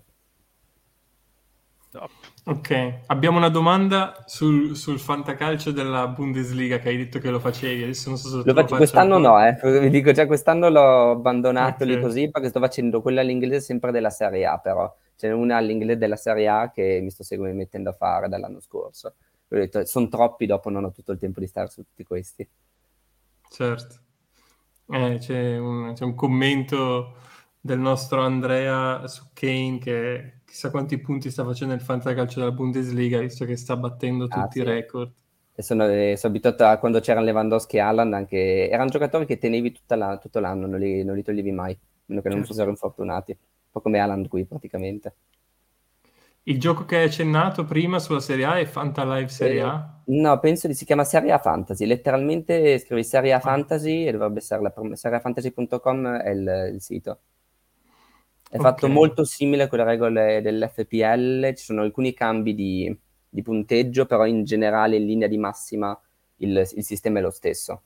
top. Ok, abbiamo una domanda sul, sul fantacalcio della Bundesliga che hai detto che lo facevi, adesso non so se Lo tu lo faccio, faccia quest'anno ancora. no, eh. Vi dico già, quest'anno l'ho abbandonato lì Ok. così perché sto facendo quella all'inglese sempre della Serie A, però ce n'è una all'inglese della Serie A che mi sto seguendo mettendo a fare dall'anno scorso. Ho detto, sono troppi, dopo non ho tutto il tempo di stare su tutti questi. Certo. Eh, c'è un, c'è un commento del nostro Andrea su Kane che chissà quanti punti sta facendo il fantacalcio della Bundesliga, visto che sta battendo Ah, tutti i sì. record. E sono, eh, sono abituato a quando c'erano Lewandowski e Haaland, anche erano giocatori che tenevi tutta la- tutto l'anno, non li, non li toglievi mai, a meno che non Certo. fossero infortunati. Un po' come Haaland qui praticamente. Il gioco che hai accennato prima sulla Serie A è Fanta Live Serie Eh, A? no, penso che si chiama Serie A Fantasy, letteralmente scrivi Serie A Ah. Fantasy e dovrebbe essere la prom- seriafantasy punto com è il, il sito. È Ok. fatto molto simile con le regole dell'F P L, ci sono alcuni cambi di, di punteggio, però in generale in linea di massima il, il sistema è lo stesso.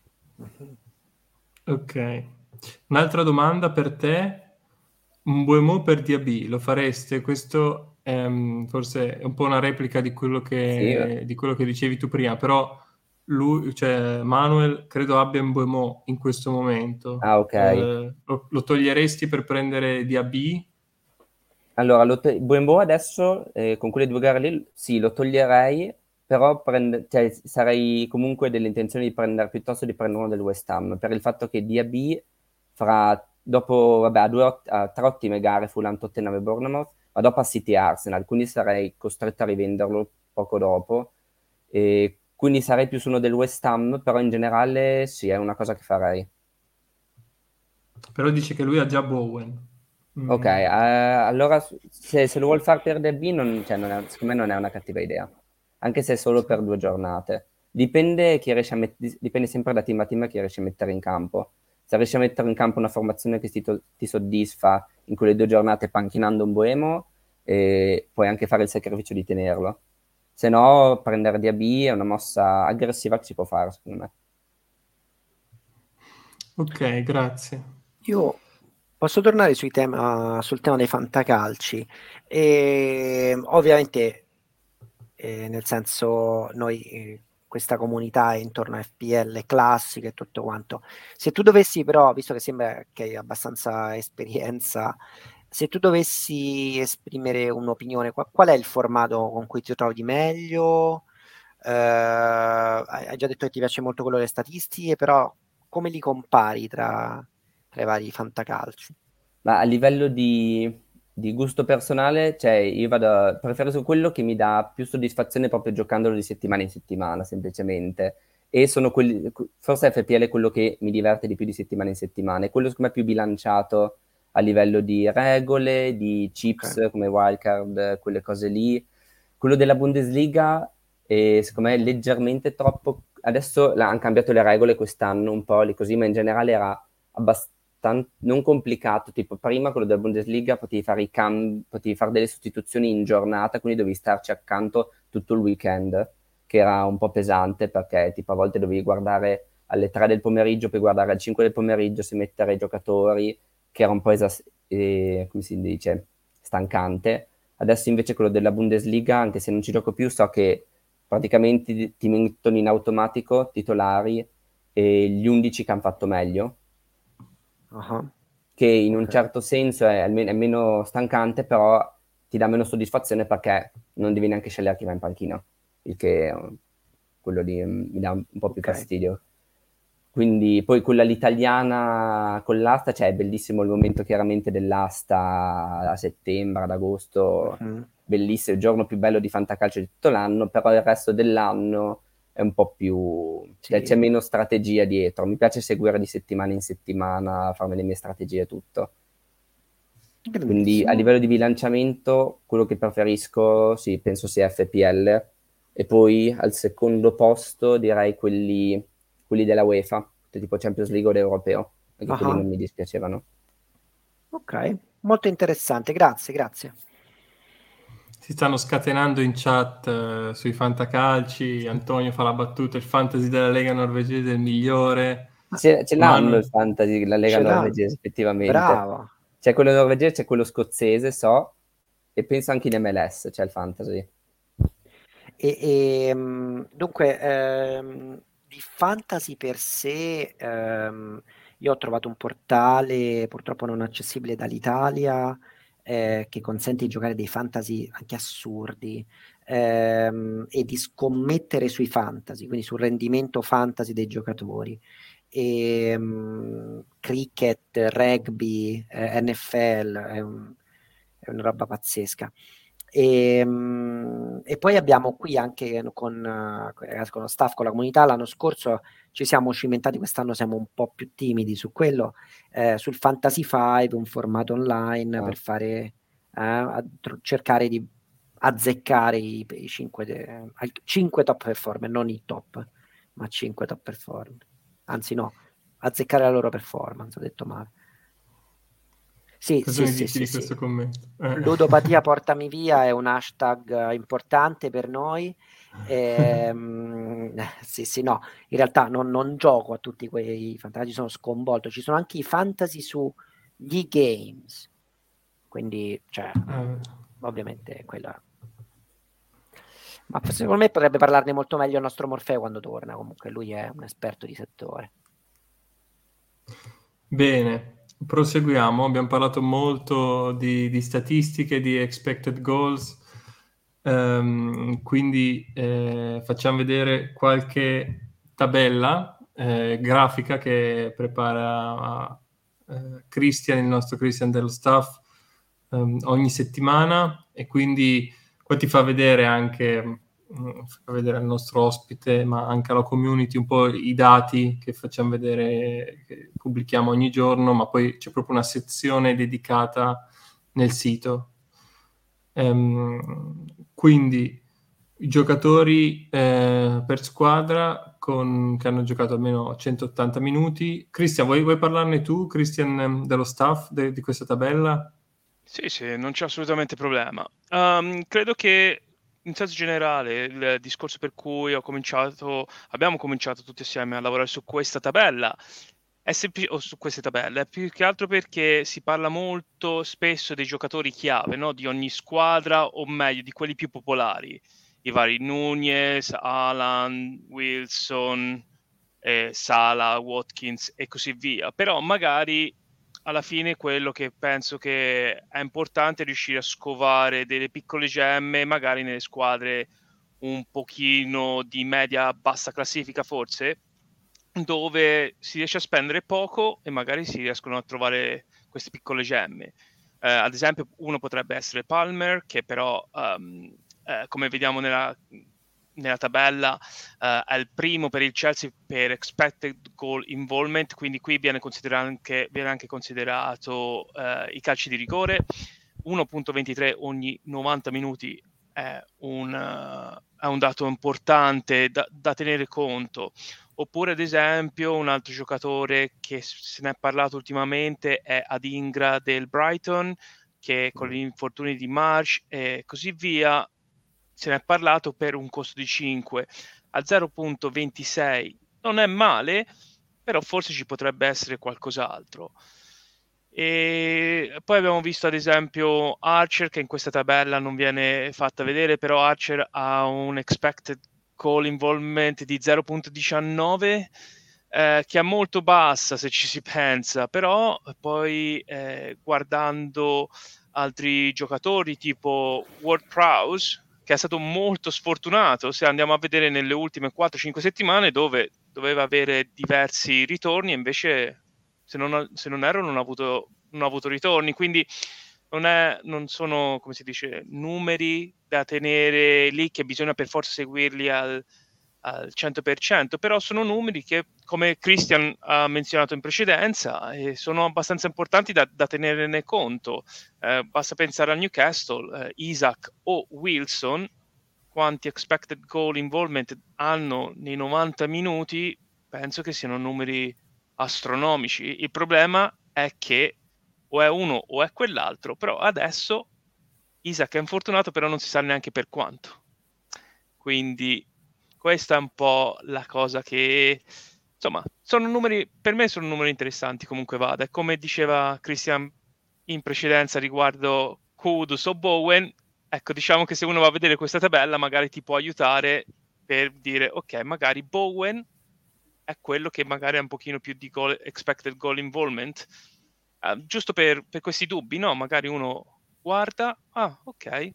Ok. Un'altra domanda per te. Un Mbeumo per D A B, lo fareste? Questo ehm, forse è un po' una replica di quello Sì, che, di quello che dicevi tu prima, però lui, cioè Manuel, credo abbia un Mbeumo in questo momento. ah ok. Eh, lo, lo toglieresti per prendere D A B? Allora, lo to- Buembo adesso, eh, con quelle due gare lì, sì, lo toglierei, però prende- cioè, sarei comunque dell'intenzione di prendere, piuttosto di prendere uno del West Ham, per il fatto che D A B, fra, dopo, vabbè, ha, due, ot- ha tre ottime gare, Fulham, Tottenham e Bournemouth, ma dopo ha City e Arsenal, quindi sarei costretto a rivenderlo poco dopo, e quindi sarei più su uno del West Ham, però in generale sì, è una cosa che farei. Però dice che lui ha già Bowen. Mm. Ok, eh, allora se, se lo vuol fare per D B, non, cioè, non è- secondo me non è una cattiva idea, anche se è solo per due giornate. Dipende, chi riesce a met- dipende sempre da team a team chi riesce a mettere in campo. Se riesci a mettere in campo una formazione che ti, to- ti soddisfa in quelle due giornate panchinando un Boemo, eh, puoi anche fare il sacrificio di tenerlo. Se no, prendere D B è una mossa aggressiva che si può fare, secondo me. Ok, grazie. Io posso tornare sui tema, sul tema dei fantacalci. E, ovviamente, eh, nel senso, noi, eh, questa comunità è intorno a F P L classica e tutto quanto. Se tu dovessi, però, visto che sembra che hai abbastanza esperienza, se tu dovessi esprimere un'opinione, qual, qual è il formato con cui ti trovi meglio? Eh, hai hai già detto che ti piace molto quello delle statistiche, però come li compari tra, tra i vari fantacalci? Ma a livello di, di gusto personale, cioè io vado, preferisco quello che mi dà più soddisfazione proprio giocandolo di settimana in settimana, semplicemente. E sono quelli, forse F P L è quello che mi diverte di più di settimana in settimana, è quello secondo me più bilanciato a livello di regole, di chips Ok. come wildcard, quelle cose lì. Quello della Bundesliga è, secondo me, leggermente troppo... Adesso hanno cambiato le regole quest'anno un po' lì così, ma in generale era abbastanza non complicato. Tipo, prima quello della Bundesliga potevi fare i cam- potevi fare delle sostituzioni in giornata, quindi dovevi starci accanto tutto il weekend, che era un po' pesante, perché tipo a volte dovevi guardare alle tre del pomeriggio, poi guardare alle cinque del pomeriggio, se mettere i giocatori, che era un po' esas- eh, come si dice, stancante. Adesso invece quello della Bundesliga, anche se non ci gioco più, so che praticamente ti mettono in automatico titolari e gli undici che hanno fatto meglio, uh-huh. che in Okay. un certo senso è, almeno, è meno stancante, però ti dà meno soddisfazione perché non devi neanche scegliere chi va in panchina, il che quello lì mi dà un po' più Okay. fastidio. Quindi poi quella l'italiana con l'asta, cioè è bellissimo il momento chiaramente dell'asta a settembre, ad agosto, Mm-hmm. bellissimo, il giorno più bello di fantacalcio di tutto l'anno, però il resto dell'anno è un po' più... Sì. cioè c'è meno strategia dietro. Mi piace seguire di settimana in settimana, farmi le mie strategie e tutto. Quindi a livello di bilanciamento, quello che preferisco, sì, penso sia F P L, e poi al secondo posto direi quelli, quelli della UEFA, tipo Champions League o l'Europeo, anche Uh-huh. quelli non mi dispiacevano. Ok, molto interessante, grazie, grazie. Si stanno scatenando in chat eh, sui fantacalci. Antonio fa la battuta: il fantasy della Lega norvegese è il migliore. Ce, ce l'hanno Manu- il fantasy, la Lega Ce l'hanno. norvegese, effettivamente. Bravo. C'è quello norvegese, c'è quello scozzese, so, e penso anche in M L S c'è il fantasy. E, e, mh, dunque, ehm, di fantasy per sé, ehm, io ho trovato un portale purtroppo non accessibile dall'Italia, eh, che consente di giocare dei fantasy anche assurdi, ehm, e di scommettere sui fantasy, quindi sul rendimento fantasy dei giocatori. E, mh, cricket, rugby, eh, N F L, è, un- è una roba pazzesca. E, mh, e poi abbiamo qui anche con, eh, con lo staff, con la comunità, l'anno scorso ci siamo cimentati, quest'anno siamo un po' più timidi su quello, eh, sul Fantasy cinque, un formato online Ah. per fare, eh, a- tr- cercare di azzeccare i, i cinque, de- al- cinque top performer, non i top, ma cinque top performer. Anzi no, azzeccare la loro performance, ho detto male. Sì, Cosa sì, ne sì, dici sì, di sì. questo commento? Eh. Ludopatia portami via è un hashtag eh, importante per noi. Ehm, sì, sì, no, in realtà non, non gioco a tutti quei fantasy, sono sconvolto. Ci sono anche i fantasy sugli games, quindi, cioè, Eh. ovviamente quella. Ma secondo me potrebbe parlarne molto meglio il nostro Morfeo quando torna. Comunque, lui è un esperto di settore. Bene, proseguiamo. Abbiamo parlato molto di, di statistiche, di expected goals, Ehm, quindi eh, facciamo vedere qualche tabella eh, grafica che prepara eh, Christian, il nostro Christian dello staff, ehm, ogni settimana, e quindi qua ti fa vedere anche, mh, fa vedere al nostro ospite, ma anche alla community, un po' i dati che facciamo vedere, che pubblichiamo ogni giorno, ma poi c'è proprio una sezione dedicata nel sito. Ehm, quindi i giocatori eh, per squadra con, che hanno giocato almeno centottanta minuti. Christian, vuoi, vuoi parlarne tu, Christian, ehm, dello staff de- di questa tabella? Sì, sì, non c'è assolutamente problema. Um, credo che in senso generale il discorso per cui ho cominciato, abbiamo cominciato tutti assieme a lavorare su questa tabella è semplice, o su queste tabelle, è più che altro perché si parla molto spesso dei giocatori chiave, no? Di ogni squadra, o meglio, di quelli più popolari, i vari Nunez, Alan, Wilson, eh, Salah, Watkins e così via. Però magari alla fine quello che penso che è importante è riuscire a scovare delle piccole gemme, magari nelle squadre un pochino di media bassa classifica forse, dove si riesce a spendere poco e magari si riescono a trovare queste piccole gemme. Eh, ad esempio uno potrebbe essere Palmer, che però um, eh, come vediamo nella, nella tabella uh, è il primo per il Chelsea per expected goal involvement, quindi qui viene, considerato anche, viene anche considerato uh, i calci di rigore. uno virgola ventitré ogni novanta minuti è un, uh, è un dato importante da, da tenere conto. Oppure, ad esempio, un altro giocatore che se ne è parlato ultimamente è Adingra del Brighton, che con gli infortuni di March e così via, se ne è parlato per un costo di cinque a zero virgola ventisei. Non è male, però forse ci potrebbe essere qualcos'altro. E poi abbiamo visto ad esempio Archer, che in questa tabella non viene fatta vedere, però Archer ha un expected goal involvement di zero virgola diciannove, eh, che è molto bassa se ci si pensa, però poi eh, guardando altri giocatori tipo Ward-Prowse, che è stato molto sfortunato, se andiamo a vedere nelle ultime quattro cinque settimane, dove doveva avere diversi ritorni e invece se non, se non erro non ha avuto, non ha avuto ritorni, quindi non, è, non sono, come si dice, numeri da tenere lì che bisogna per forza seguirli al, al cento per cento, però sono numeri che, come Christian ha menzionato in precedenza, eh, sono abbastanza importanti da, da tenerne conto. Eh, basta pensare al Newcastle, eh, Isaac o Wilson, quanti expected goal involvement hanno nei novanta minuti, penso che siano numeri astronomici. Il problema è che o è uno o è quell'altro, però adesso Isaac è infortunato, però non si sa neanche per quanto. Quindi questa è un po' la cosa che, insomma, sono numeri, per me sono numeri interessanti comunque vada. E come diceva Christian in precedenza riguardo Kudus o Bowen, ecco, diciamo che se uno va a vedere questa tabella magari ti può aiutare per dire, ok, magari Bowen è quello che magari ha un pochino più di goal, expected goal involvement, uh, giusto per, per questi dubbi, no? Magari uno guarda, ah, ok,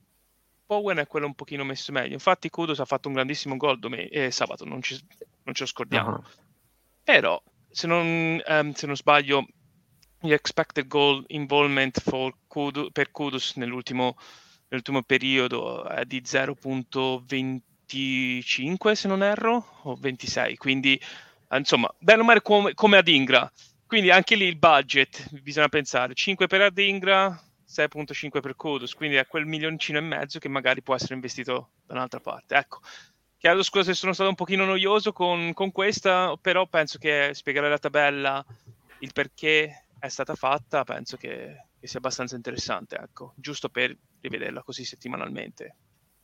Bowen è quello un pochino messo meglio. Infatti Kudus ha fatto un grandissimo gol dome- eh, sabato, non, ci, non ce lo scordiamo. Uh-huh. Però, se non, um, se non sbaglio, gli expected goal involvement for Kudus, per Kudus nell'ultimo, nell'ultimo periodo è di zero virgola venticinque, se non erro, o ventisei, quindi insomma, bene o male come, come Adingra. Quindi anche lì il budget, bisogna pensare, cinque per Adingra, sei virgola cinque per Kudus, quindi è quel milioncino e mezzo che magari può essere investito da un'altra parte. Ecco, chiedo scusa se sono stato un pochino noioso con, con questa, però penso che spiegare la tabella, il perché è stata fatta, penso che, che sia abbastanza interessante, ecco, giusto per rivederla così settimanalmente.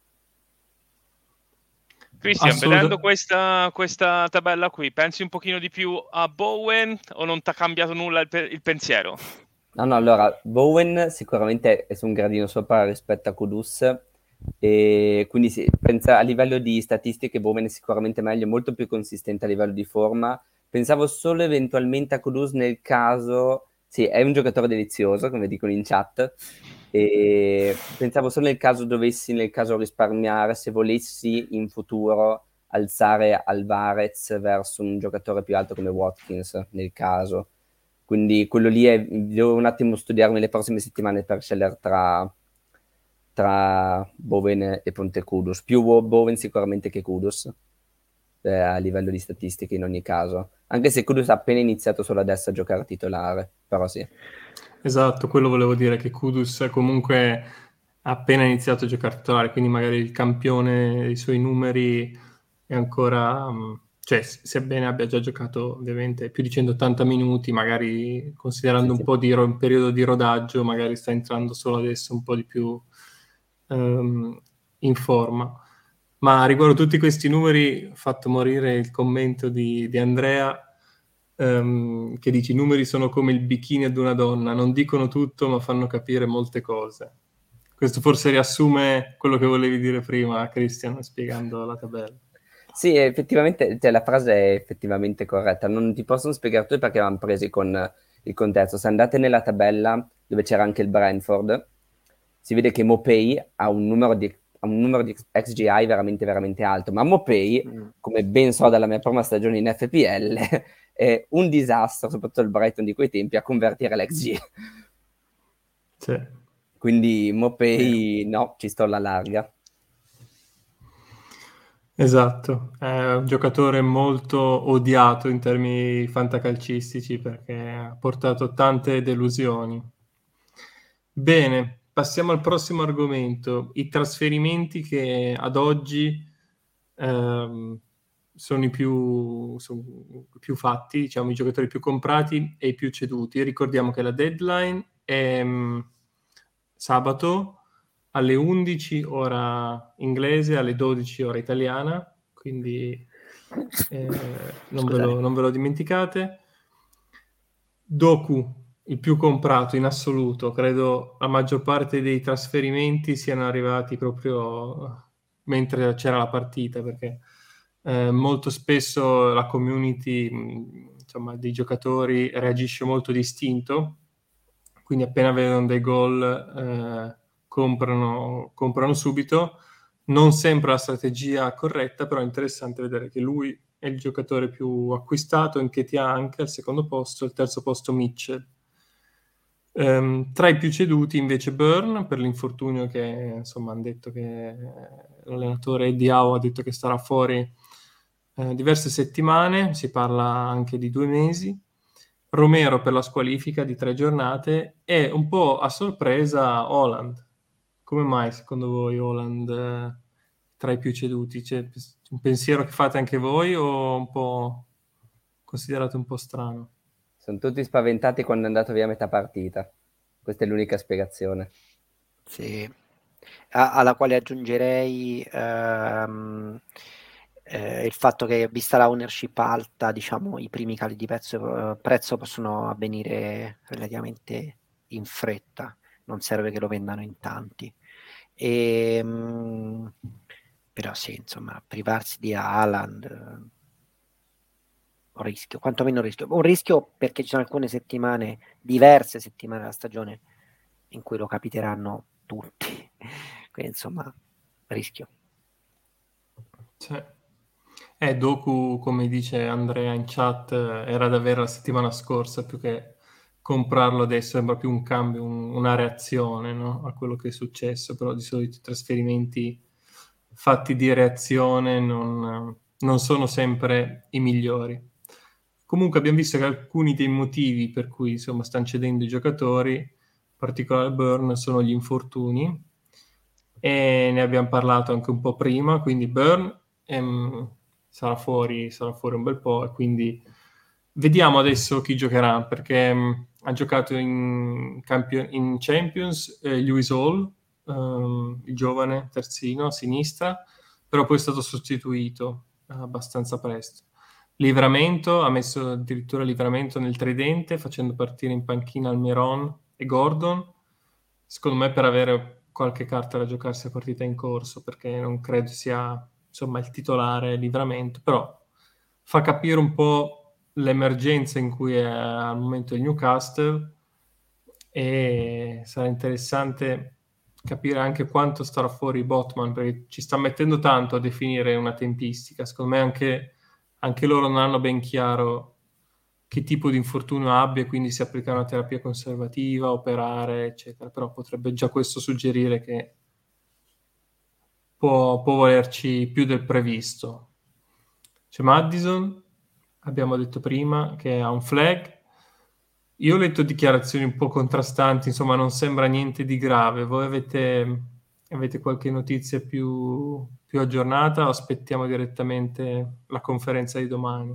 Christian, Assolut- vedendo questa, questa tabella qui, pensi un pochino di più a Bowen o non ti ha cambiato nulla il, pe- il pensiero? No, no, allora, Bowen sicuramente è su un gradino sopra rispetto a Kudus, e quindi sì, pensa, a livello di statistiche Bowen è sicuramente meglio, molto più consistente a livello di forma. Pensavo solo eventualmente a Kudus nel caso, sì, è un giocatore delizioso, come dicono in chat, e pensavo solo nel caso dovessi, nel caso risparmiare, se volessi in futuro alzare Alvarez verso un giocatore più alto come Watkins, nel caso. Quindi quello lì è, devo un attimo studiarmi le prossime settimane per scegliere tra, tra Bowen e Ponte Kudus. Più Bowen sicuramente che Kudus, eh, a livello di statistiche in ogni caso. Anche se Kudus ha appena iniziato solo adesso a giocare titolare, però sì. Esatto, quello volevo dire, che Kudus comunque ha appena iniziato a giocare titolare, quindi magari il campione dei suoi numeri è ancora... Um, cioè, sebbene abbia già giocato ovviamente più di centottanta minuti, magari considerando sì, un sì. po' di ro- un periodo di rodaggio, magari sta entrando solo adesso un po' di più um, in forma. Ma riguardo tutti questi numeri, ho fatto morire il commento di, di Andrea, um, che dice: i numeri sono come il bikini ad una donna, non dicono tutto ma fanno capire molte cose. Questo forse riassume quello che volevi dire prima, Christian, spiegando la tabella. Sì, effettivamente, cioè, la frase è effettivamente corretta. Non ti possono spiegare tutto perché avevamo presi con il contesto. Se andate nella tabella dove c'era anche il Brentford, si vede che Mopey ha un numero di, ha un numero di X G I veramente veramente alto, ma Mopey, mm. come ben so dalla mia prima stagione in F P L, è un disastro, soprattutto il Brighton di quei tempi, a convertire l'X G. Sì. Quindi Mopey, no, ci sto alla larga. Esatto, è un giocatore molto odiato in termini fantacalcistici perché ha portato tante delusioni. Bene, passiamo al prossimo argomento, i trasferimenti che ad oggi ehm, sono i più, sono i più fatti, diciamo i giocatori più comprati e i più ceduti. Ricordiamo che la deadline è mh, sabato alle undici ora inglese, alle dodici ora italiana, quindi eh, non, ve lo, non ve lo dimenticate. Doku, il più comprato in assoluto, credo la maggior parte dei trasferimenti siano arrivati proprio mentre c'era la partita, perché eh, molto spesso la community mh, insomma, dei giocatori reagisce molto distinto, quindi appena vedono dei gol eh, comprano, comprano subito. Non sempre la strategia corretta, però è interessante vedere che lui è il giocatore più acquistato, Nketiah anche al secondo posto, al terzo posto Mitchell. Um, tra i più ceduti invece Burn, per l'infortunio che insomma hanno detto che l'allenatore Eddie Howe ha detto che starà fuori eh, diverse settimane, si parla anche di due mesi. Romero per la squalifica di tre giornate e un po' a sorpresa Haaland. Come mai secondo voi Haaland eh, tra i più ceduti? C'è un pensiero che fate anche voi o un po' considerato un po' strano? Sono tutti spaventati quando è andato via a metà partita. Questa è l'unica spiegazione. Sì. A- alla quale aggiungerei ehm, eh, il fatto che, vista la ownership alta, diciamo, i primi cali di prezzo, prezzo possono avvenire relativamente in fretta, non serve che lo vendano in tanti. E, mh, però sì, insomma, privarsi di Haaland, eh, un rischio, quantomeno un rischio. Un rischio perché ci sono alcune settimane, diverse settimane della stagione, in cui lo capiteranno tutti. Quindi insomma, rischio. Sì. Eh, Doku, come dice Andrea in chat, era da avere la settimana scorsa, più che comprarlo adesso sembra più un cambio, un- una reazione, no? A quello che è successo, però di solito i trasferimenti fatti di reazione non, non sono sempre i migliori. Comunque abbiamo visto che alcuni dei motivi per cui insomma stanno cedendo i giocatori, in particolare Burn, sono gli infortuni e ne abbiamo parlato anche un po' prima, quindi Burn ehm, sarà fuori, sarà fuori un bel po' e quindi vediamo adesso chi giocherà, perché mh, ha giocato in, campion- in Champions eh, Lewis Hall, ehm, il giovane terzino a sinistra, però poi è stato sostituito eh, abbastanza presto. Livramento, ha messo addirittura Livramento nel tridente, facendo partire in panchina Almiron e Gordon, secondo me per avere qualche carta da giocarsi a partita in corso, perché non credo sia insomma il titolare Livramento, però fa capire un po' l'emergenza in cui è al momento il Newcastle e sarà interessante capire anche quanto starà fuori Botman, perché ci sta mettendo tanto a definire una tempistica. Secondo me anche, anche loro non hanno ben chiaro che tipo di infortunio abbia, quindi si applica una terapia conservativa, operare, eccetera. Però potrebbe già questo suggerire che può, può volerci più del previsto. C'è Maddison, abbiamo detto prima, che ha un flag. Io ho letto dichiarazioni un po' contrastanti, insomma non sembra niente di grave. Voi avete, avete qualche notizia più, più aggiornata o aspettiamo direttamente la conferenza di domani?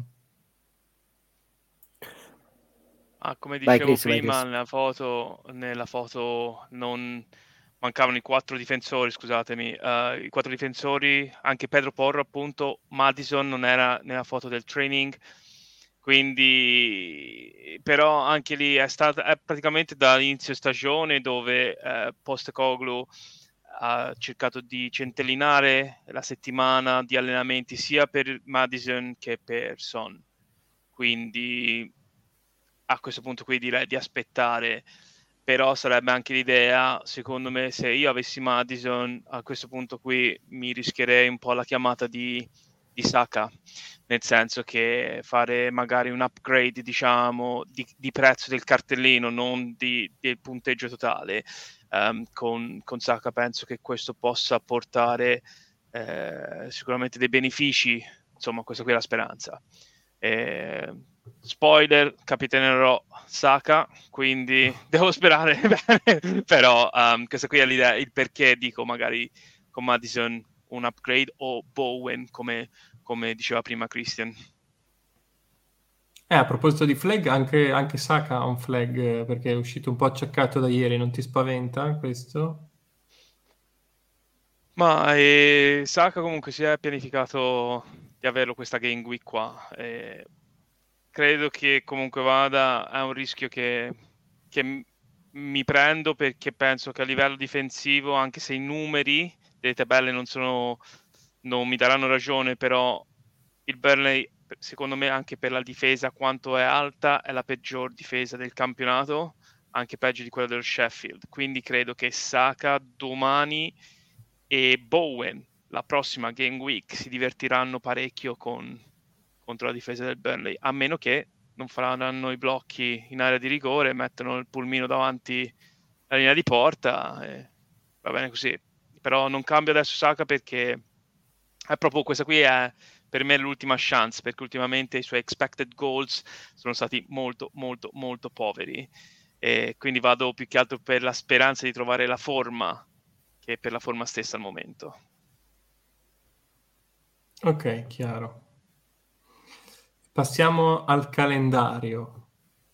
Ah, come Vai, dicevo Chris, vai, prima, Chris. nella foto, nella foto non mancavano i quattro difensori, scusatemi, eh, i quattro difensori, anche Pedro Porro, appunto, Maddison non era nella foto del training, quindi però anche lì è stata è praticamente dall'inizio stagione dove eh, Postecoglou ha cercato di centellinare la settimana di allenamenti sia per Maddison che per Son. Quindi a questo punto qui direi di aspettare, però sarebbe anche l'idea, secondo me, se io avessi Maddison a questo punto qui mi rischierei un po' la chiamata di, di Saka, nel senso che fare magari un upgrade, diciamo, di, di prezzo del cartellino, non di, del punteggio totale. Um, con, con Saka penso che questo possa portare eh, sicuramente dei benefici, insomma questa qui è la speranza. Eh, spoiler, capitanerò Saka, quindi devo sperare bene, però um, questa qui è l'idea, il perché dico magari con Maddison un upgrade o Bowen, come, come diceva prima Christian. Eh, a proposito di flag, anche, anche Saka ha un flag, eh, perché è uscito un po' acciaccato da ieri, non ti spaventa questo? Ma eh, Saka comunque si è pianificato di averlo questa game week qua. Eh, credo che comunque vada, è un rischio che, che m- mi prendo, perché penso che a livello difensivo, anche se i numeri delle tabelle non sono, non mi daranno ragione, però il Burnley, secondo me, anche per la difesa quanto è alta, è la peggior difesa del campionato, anche peggio di quella dello Sheffield. Quindi credo che Saka domani e Bowen la prossima game week si divertiranno parecchio con, contro la difesa del Burnley, a meno che non faranno i blocchi in area di rigore, mettono il pulmino davanti alla linea di porta e va bene così. Però non cambio adesso Saka, perché è proprio questa qui è per me l'ultima chance, perché ultimamente i suoi expected goals sono stati molto molto molto poveri, e quindi vado più che altro per la speranza di trovare la forma che per la forma stessa al momento. Ok, chiaro. Passiamo al calendario.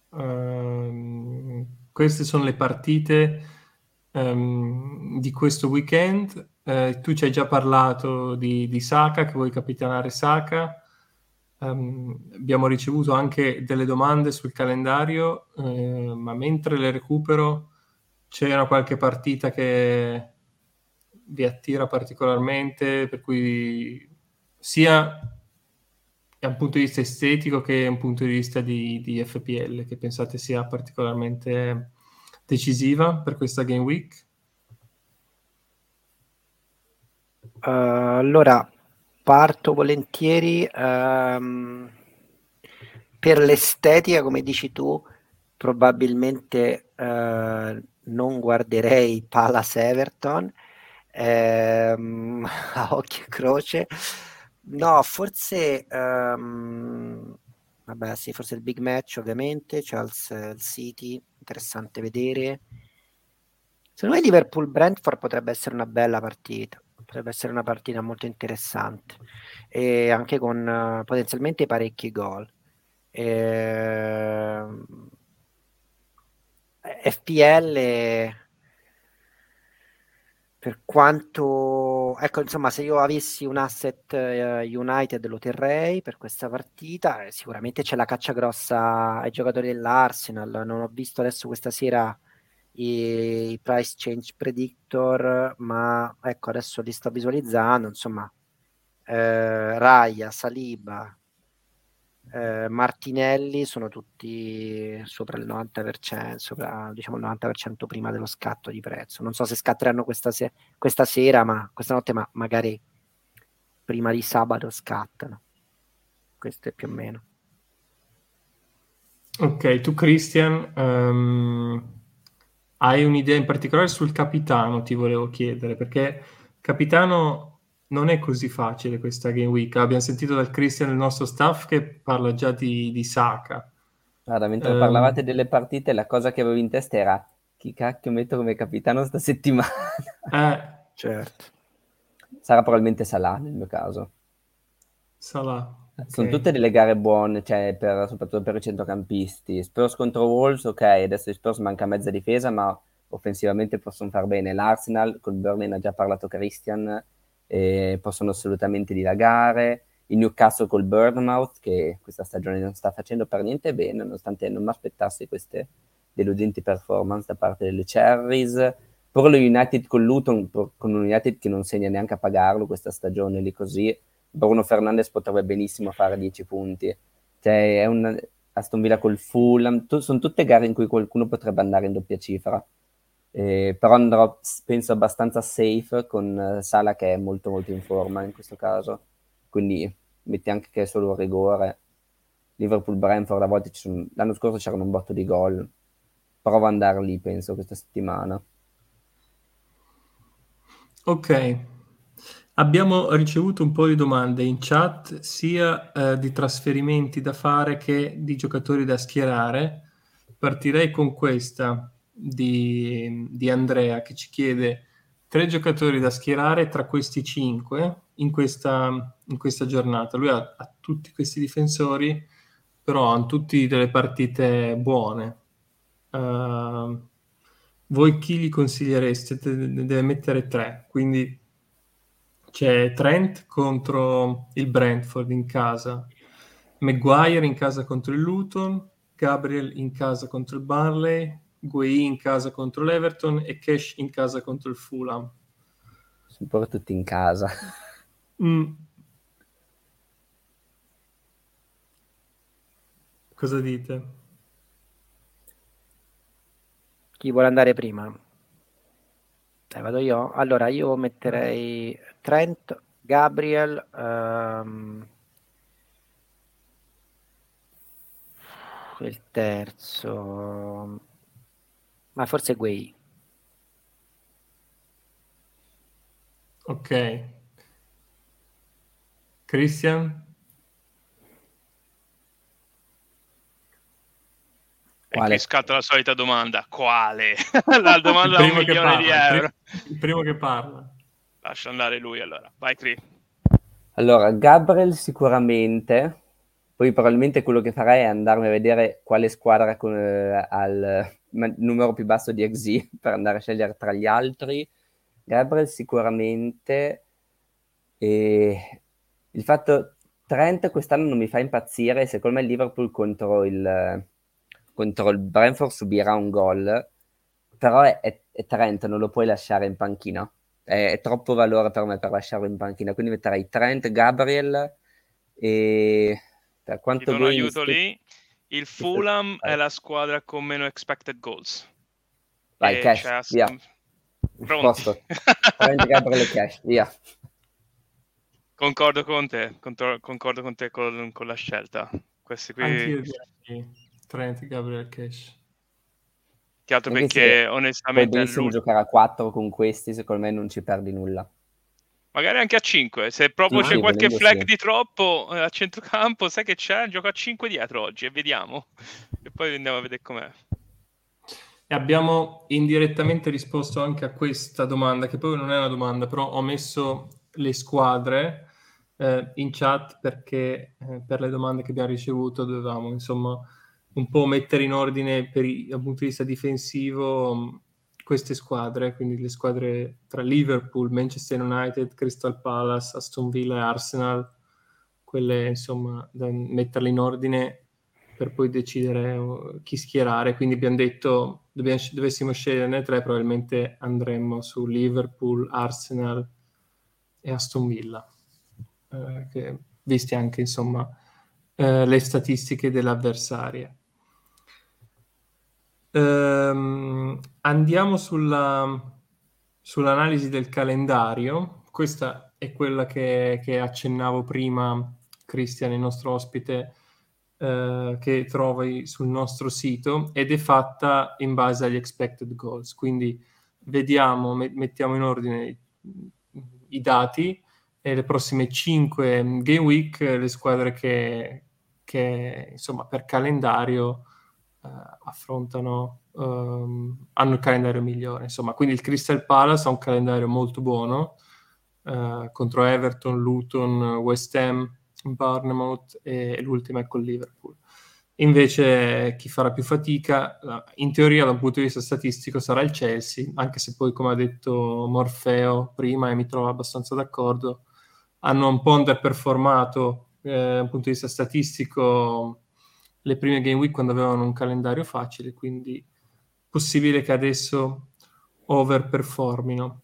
Ehm, queste sono le partite ehm, di questo weekend. Eh, tu ci hai già parlato di, di Saka, che vuoi capitanare Saka. Ehm, abbiamo ricevuto anche delle domande sul calendario, eh, ma mentre le recupero, c'era qualche partita che vi attira particolarmente, per cui sia da un punto di vista estetico che da un punto di vista di, di F P L, che pensate sia particolarmente decisiva per questa Game Week? Uh, allora, parto volentieri. Um, per l'estetica, come dici tu, probabilmente uh, non guarderei Palace Everton ehm, a occhio e croce. No, forse um, vabbè, sì, forse il big match, ovviamente, Chelsea City, interessante vedere. Secondo me Liverpool-Brentford potrebbe essere una bella partita, potrebbe essere una partita molto interessante e anche con uh, potenzialmente parecchi gol. Ehm, F P L, per quanto, ecco, insomma, se io avessi un asset uh, United lo terrei per questa partita. Sicuramente c'è la caccia grossa ai giocatori dell'Arsenal. Non ho visto adesso questa sera i, i price change predictor, ma ecco, adesso li sto visualizzando, insomma, eh, Raya, Saliba, eh, Martinelli sono tutti sopra il novanta per cento, sopra, diciamo, il novanta per cento prima dello scatto di prezzo. Non so se scatteranno questa, se- questa sera, ma questa notte, ma magari prima di sabato scattano. Questo è più o meno. Ok, tu Christian, um, hai un'idea in particolare sul capitano, ti volevo chiedere, perché capitano non è così facile questa Game Week. Abbiamo sentito dal Christian, il nostro staff, che parla già di, di Saka. Guarda, mentre Um, parlavate delle partite, la cosa che avevo in testa era chi cacchio metto come capitano sta settimana? eh, Certo. Sarà probabilmente Salah nel mio caso. Salah. Sono Ok. tutte delle gare buone, cioè per- soprattutto per i centrocampisti. Spurs contro Wolves, ok, adesso i Spurs manca mezza difesa, ma offensivamente possono far bene. L'Arsenal, col Burnley ne ha già parlato Christian, eh, possono assolutamente dilagare. Il Newcastle col Bournemouth, che questa stagione non sta facendo per niente bene, nonostante non mi aspettassi queste deludenti performance da parte delle Cherries. Pure lo United con Luton, con un United che non segna neanche a pagarlo questa stagione lì così. Bruno Fernandes potrebbe benissimo fare dieci punti. Cioè, è un Aston Villa col Fulham, tu, sono tutte gare in cui qualcuno potrebbe andare in doppia cifra. Eh, però andrò, penso, abbastanza safe con uh, Salah, che è molto molto in forma in questo caso. Quindi metti anche che è solo rigore. Liverpool-Brentford, a volte ci sono, l'anno scorso c'erano un botto di gol. Provo ad andare lì, penso, questa settimana. Ok. Abbiamo ricevuto un po' di domande in chat, sia eh, di trasferimenti da fare che di giocatori da schierare. Partirei con questa di, di Andrea, che ci chiede tre giocatori da schierare tra questi cinque in questa, in questa giornata. Lui ha, ha tutti questi difensori, però hanno tutti delle partite buone. Uh, voi chi gli consigliereste? Ne deve mettere tre, quindi c'è Trent contro il Brentford in casa, Maguire in casa contro il Luton, Gabriel in casa contro il Burnley, Guehi in casa contro l'Everton e Cash in casa contro il Fulham. Sono proprio tutti in casa. Mm. Cosa dite? Chi vuole andare prima? Dai, vado io. Allora, io metterei Trent, Gabriel, um, il terzo, ma forse Guehi. Ok. Christian? E qui scatta la solita domanda: quale? La domanda da un milione di euro. Il primo che parla. Lascia andare lui allora. Vai, Cri. Allora, Gabriel sicuramente, poi probabilmente quello che farei è andarmi a vedere quale squadra con, eh, al numero più basso di X G per andare a scegliere tra gli altri. Gabriel sicuramente, e il fatto Trent quest'anno non mi fa impazzire, secondo me il Liverpool contro il, contro il Brentford subirà un gol, però è, è, è Trent, non lo puoi lasciare in panchina. È, è troppo valore per me per lasciarlo in panchina, quindi metterei Trent, Gabriel e per quanto ti do un aiuto sti... lì, il Fulham è la squadra con meno expected goals. Vai, e Cash, c'è... via. Pronti? Trent, Gabriel e Cash, via. Concordo con te, concordo con te con, con la scelta. Questi qui... Anch'io direi Trent, Gabriel, Cash. Che altro Anche perché onestamente puoi benissimo giocare a quattro con questi, secondo me non ci perdi nulla. Magari anche a cinque, se proprio sì, c'è sì, qualche flag sì. di troppo eh, a centrocampo, sai che c'è? Gioco a cinque dietro oggi e vediamo. E poi andiamo a vedere com'è. E abbiamo indirettamente risposto anche a questa domanda, che poi non è una domanda, però ho messo le squadre eh, in chat perché eh, per le domande che abbiamo ricevuto dovevamo insomma un po' mettere in ordine per i, dal punto di vista difensivo mh, queste squadre, quindi le squadre tra Liverpool, Manchester United, Crystal Palace, Aston Villa e Arsenal, quelle insomma da metterle in ordine per poi decidere uh, chi schierare. Quindi abbiamo detto, dobbiamo, dovessimo sceglierne tre, probabilmente andremmo su Liverpool, Arsenal e Aston Villa, eh, che, visti anche insomma eh, le statistiche dell'avversaria. Ehm, andiamo sulla, sull'analisi del calendario. Questa è quella che, che accennavo prima, Cristian, il nostro ospite, eh, che trovi sul nostro sito, ed è fatta in base agli expected goals. Quindi vediamo, me- mettiamo in ordine i, i dati e le prossime cinque game week, le squadre che, che insomma per calendario Uh, affrontano, um, hanno il calendario migliore, insomma. Quindi il Crystal Palace ha un calendario molto buono uh, contro Everton, Luton, West Ham, Bournemouth e l'ultima è con Liverpool. Invece chi farà più fatica, in teoria da un punto di vista statistico, sarà il Chelsea, anche se poi, come ha detto Morfeo prima, e mi trovo abbastanza d'accordo, hanno un po' underperformato eh, da un punto di vista statistico le prime game week quando avevano un calendario facile, quindi possibile che adesso overperformino.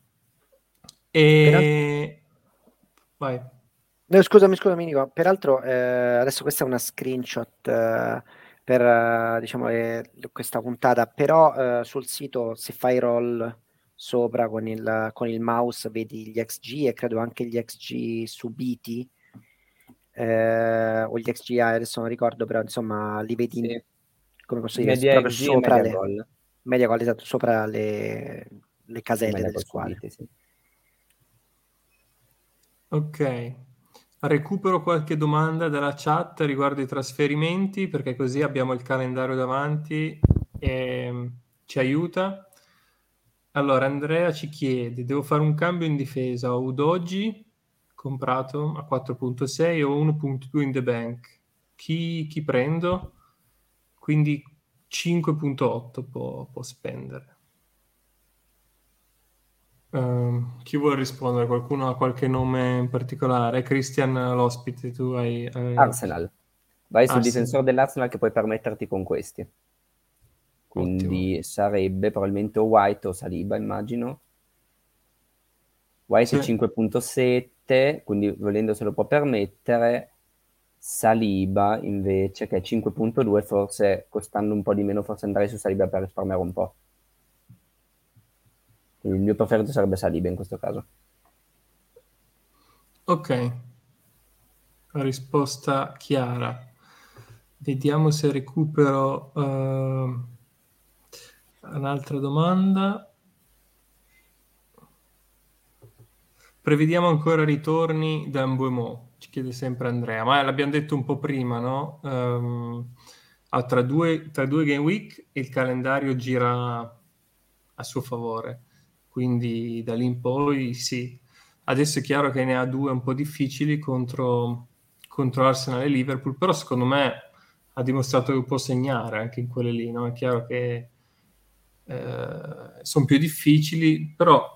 E vai. No, scusami, scusami Nico, peraltro eh, adesso questa è una screenshot eh, per eh, diciamo le, questa puntata, però eh, sul sito se fai roll sopra con il, con il mouse vedi gli X G e credo anche gli X G subiti eh, o gli X G A, adesso non ricordo, però insomma li vedi sì. come posso dire, media proprio X G sopra media le goal. media goal, esatto, sopra le, le caselle Media delle squadre. subiti, sì. Ok, recupero qualche domanda dalla chat riguardo i trasferimenti, perché così abbiamo il calendario davanti e ci aiuta. Allora, Andrea ci chiede, devo fare un cambio in difesa, ho Udogi comprato a quattro virgola sei o uno virgola due in the bank. Chi, chi prendo? Quindi cinque virgola otto può, può spendere. Uh, chi vuole rispondere? Qualcuno ha qualche nome in particolare? Christian, l'ospite, tu hai... hai... Arsenal. Vai sul Arsenal. difensore dell'Arsenal che puoi permetterti con questi. Quindi Ottimo. Sarebbe probabilmente o White o Saliba, immagino. White sì. È cinque virgola sette, quindi volendo se lo può permettere. Saliba invece che è cinque virgola due, forse costando un po' di meno, forse andrei su Saliba per risparmiare un po'. Quindi il mio preferito sarebbe Saliba in questo caso. Ok, risposta chiara. Vediamo se recupero uh, un'altra domanda. Prevediamo ancora ritorni da Mbeumo, ci chiede sempre Andrea, ma l'abbiamo detto un po' prima, no? Um, ah, tra, due, tra due game week il calendario gira a suo favore, quindi da lì in poi sì. Adesso è chiaro che ne ha due un po' difficili contro, contro Arsenal e Liverpool, però secondo me ha dimostrato che può segnare anche in quelle lì, no? È chiaro che eh, sono più difficili, però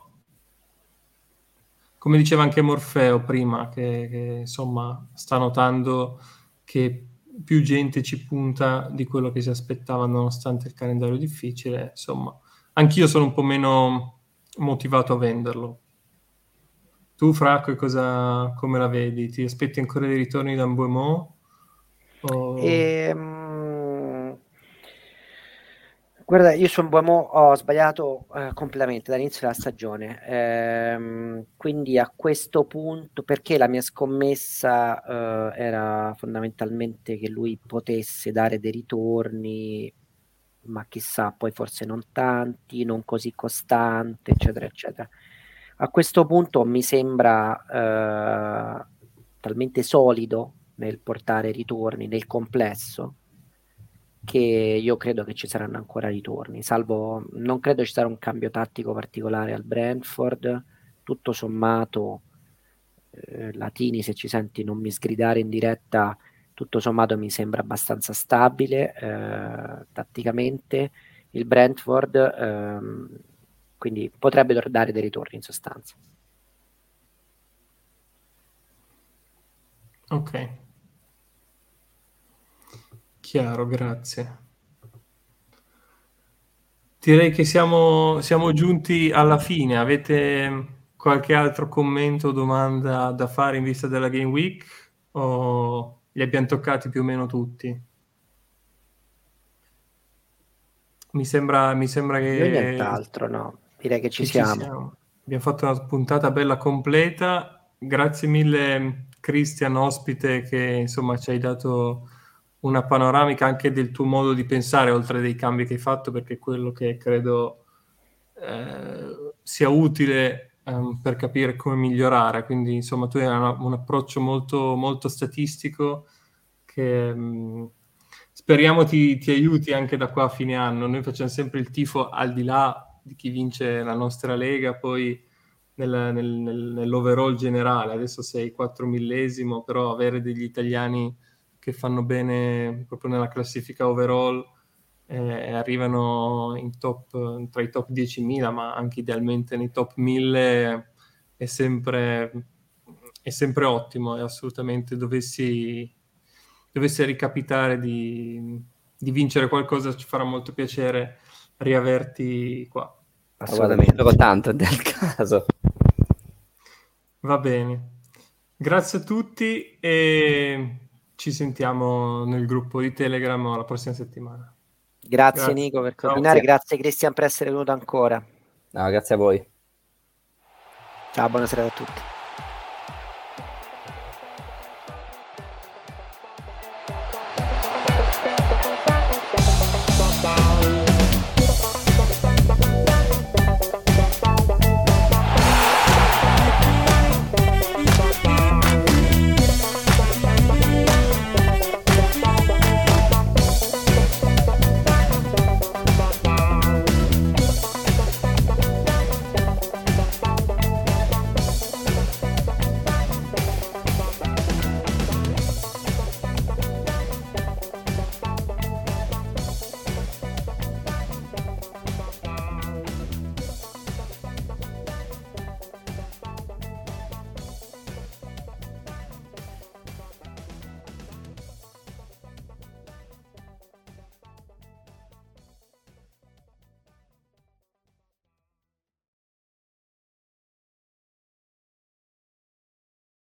come diceva anche Morfeo prima, che, che insomma sta notando che più gente ci punta di quello che si aspettava nonostante il calendario difficile, insomma, anch'io sono un po' meno motivato a venderlo. Tu, Franco, cosa, come la vedi? Ti aspetti ancora dei ritorni da Mbeumo? O... Ehm... Guarda, io su Mbeumo ho sbagliato eh, completamente dall'inizio della stagione, ehm, quindi a questo punto, perché la mia scommessa eh, era fondamentalmente che lui potesse dare dei ritorni, ma chissà, poi forse non tanti, non così costante, eccetera, eccetera. A questo punto mi sembra eh, talmente solido nel portare ritorni nel complesso che io credo che ci saranno ancora ritorni, salvo non credo ci sarà un cambio tattico particolare al Brentford, tutto sommato eh, Latini, se ci senti non mi sgridare in diretta, tutto sommato mi sembra abbastanza stabile eh, tatticamente il Brentford, ehm, quindi potrebbe dare dei ritorni in sostanza. Ok. Chiaro, grazie. Direi che siamo, siamo giunti alla fine. Avete qualche altro commento o domanda da fare in vista della Game Week o li abbiamo toccati più o meno tutti? Mi sembra, mi sembra che... Io nient'altro, no. Direi che ci, che siamo. ci siamo. Abbiamo fatto una puntata bella completa. Grazie mille, Christian, ospite, che insomma ci hai dato una panoramica anche del tuo modo di pensare, oltre dei cambi che hai fatto, perché è quello che credo eh, sia utile um, per capire come migliorare. Quindi insomma tu hai una, un approccio molto, molto statistico che um, speriamo ti, ti aiuti anche da qua a fine anno. Noi facciamo sempre il tifo al di là di chi vince la nostra Lega, poi nel, nel, nel, nell'overall generale. Adesso sei quattro millesimo, però avere degli italiani che fanno bene proprio nella classifica overall eh, arrivano in top, tra i top diecimila, ma anche idealmente nei top mille è sempre, è sempre ottimo, e assolutamente dovessi, dovesse ricapitare di, di vincere qualcosa ci farà molto piacere riaverti qua. Assolutamente. Spero tanto del caso. Va bene. Grazie a tutti e ci sentiamo nel gruppo di Telegram la prossima settimana. Grazie, grazie. Nico per coordinare, grazie. grazie Cristian per essere venuto ancora. No, grazie a voi. Ciao, buonasera a tutti.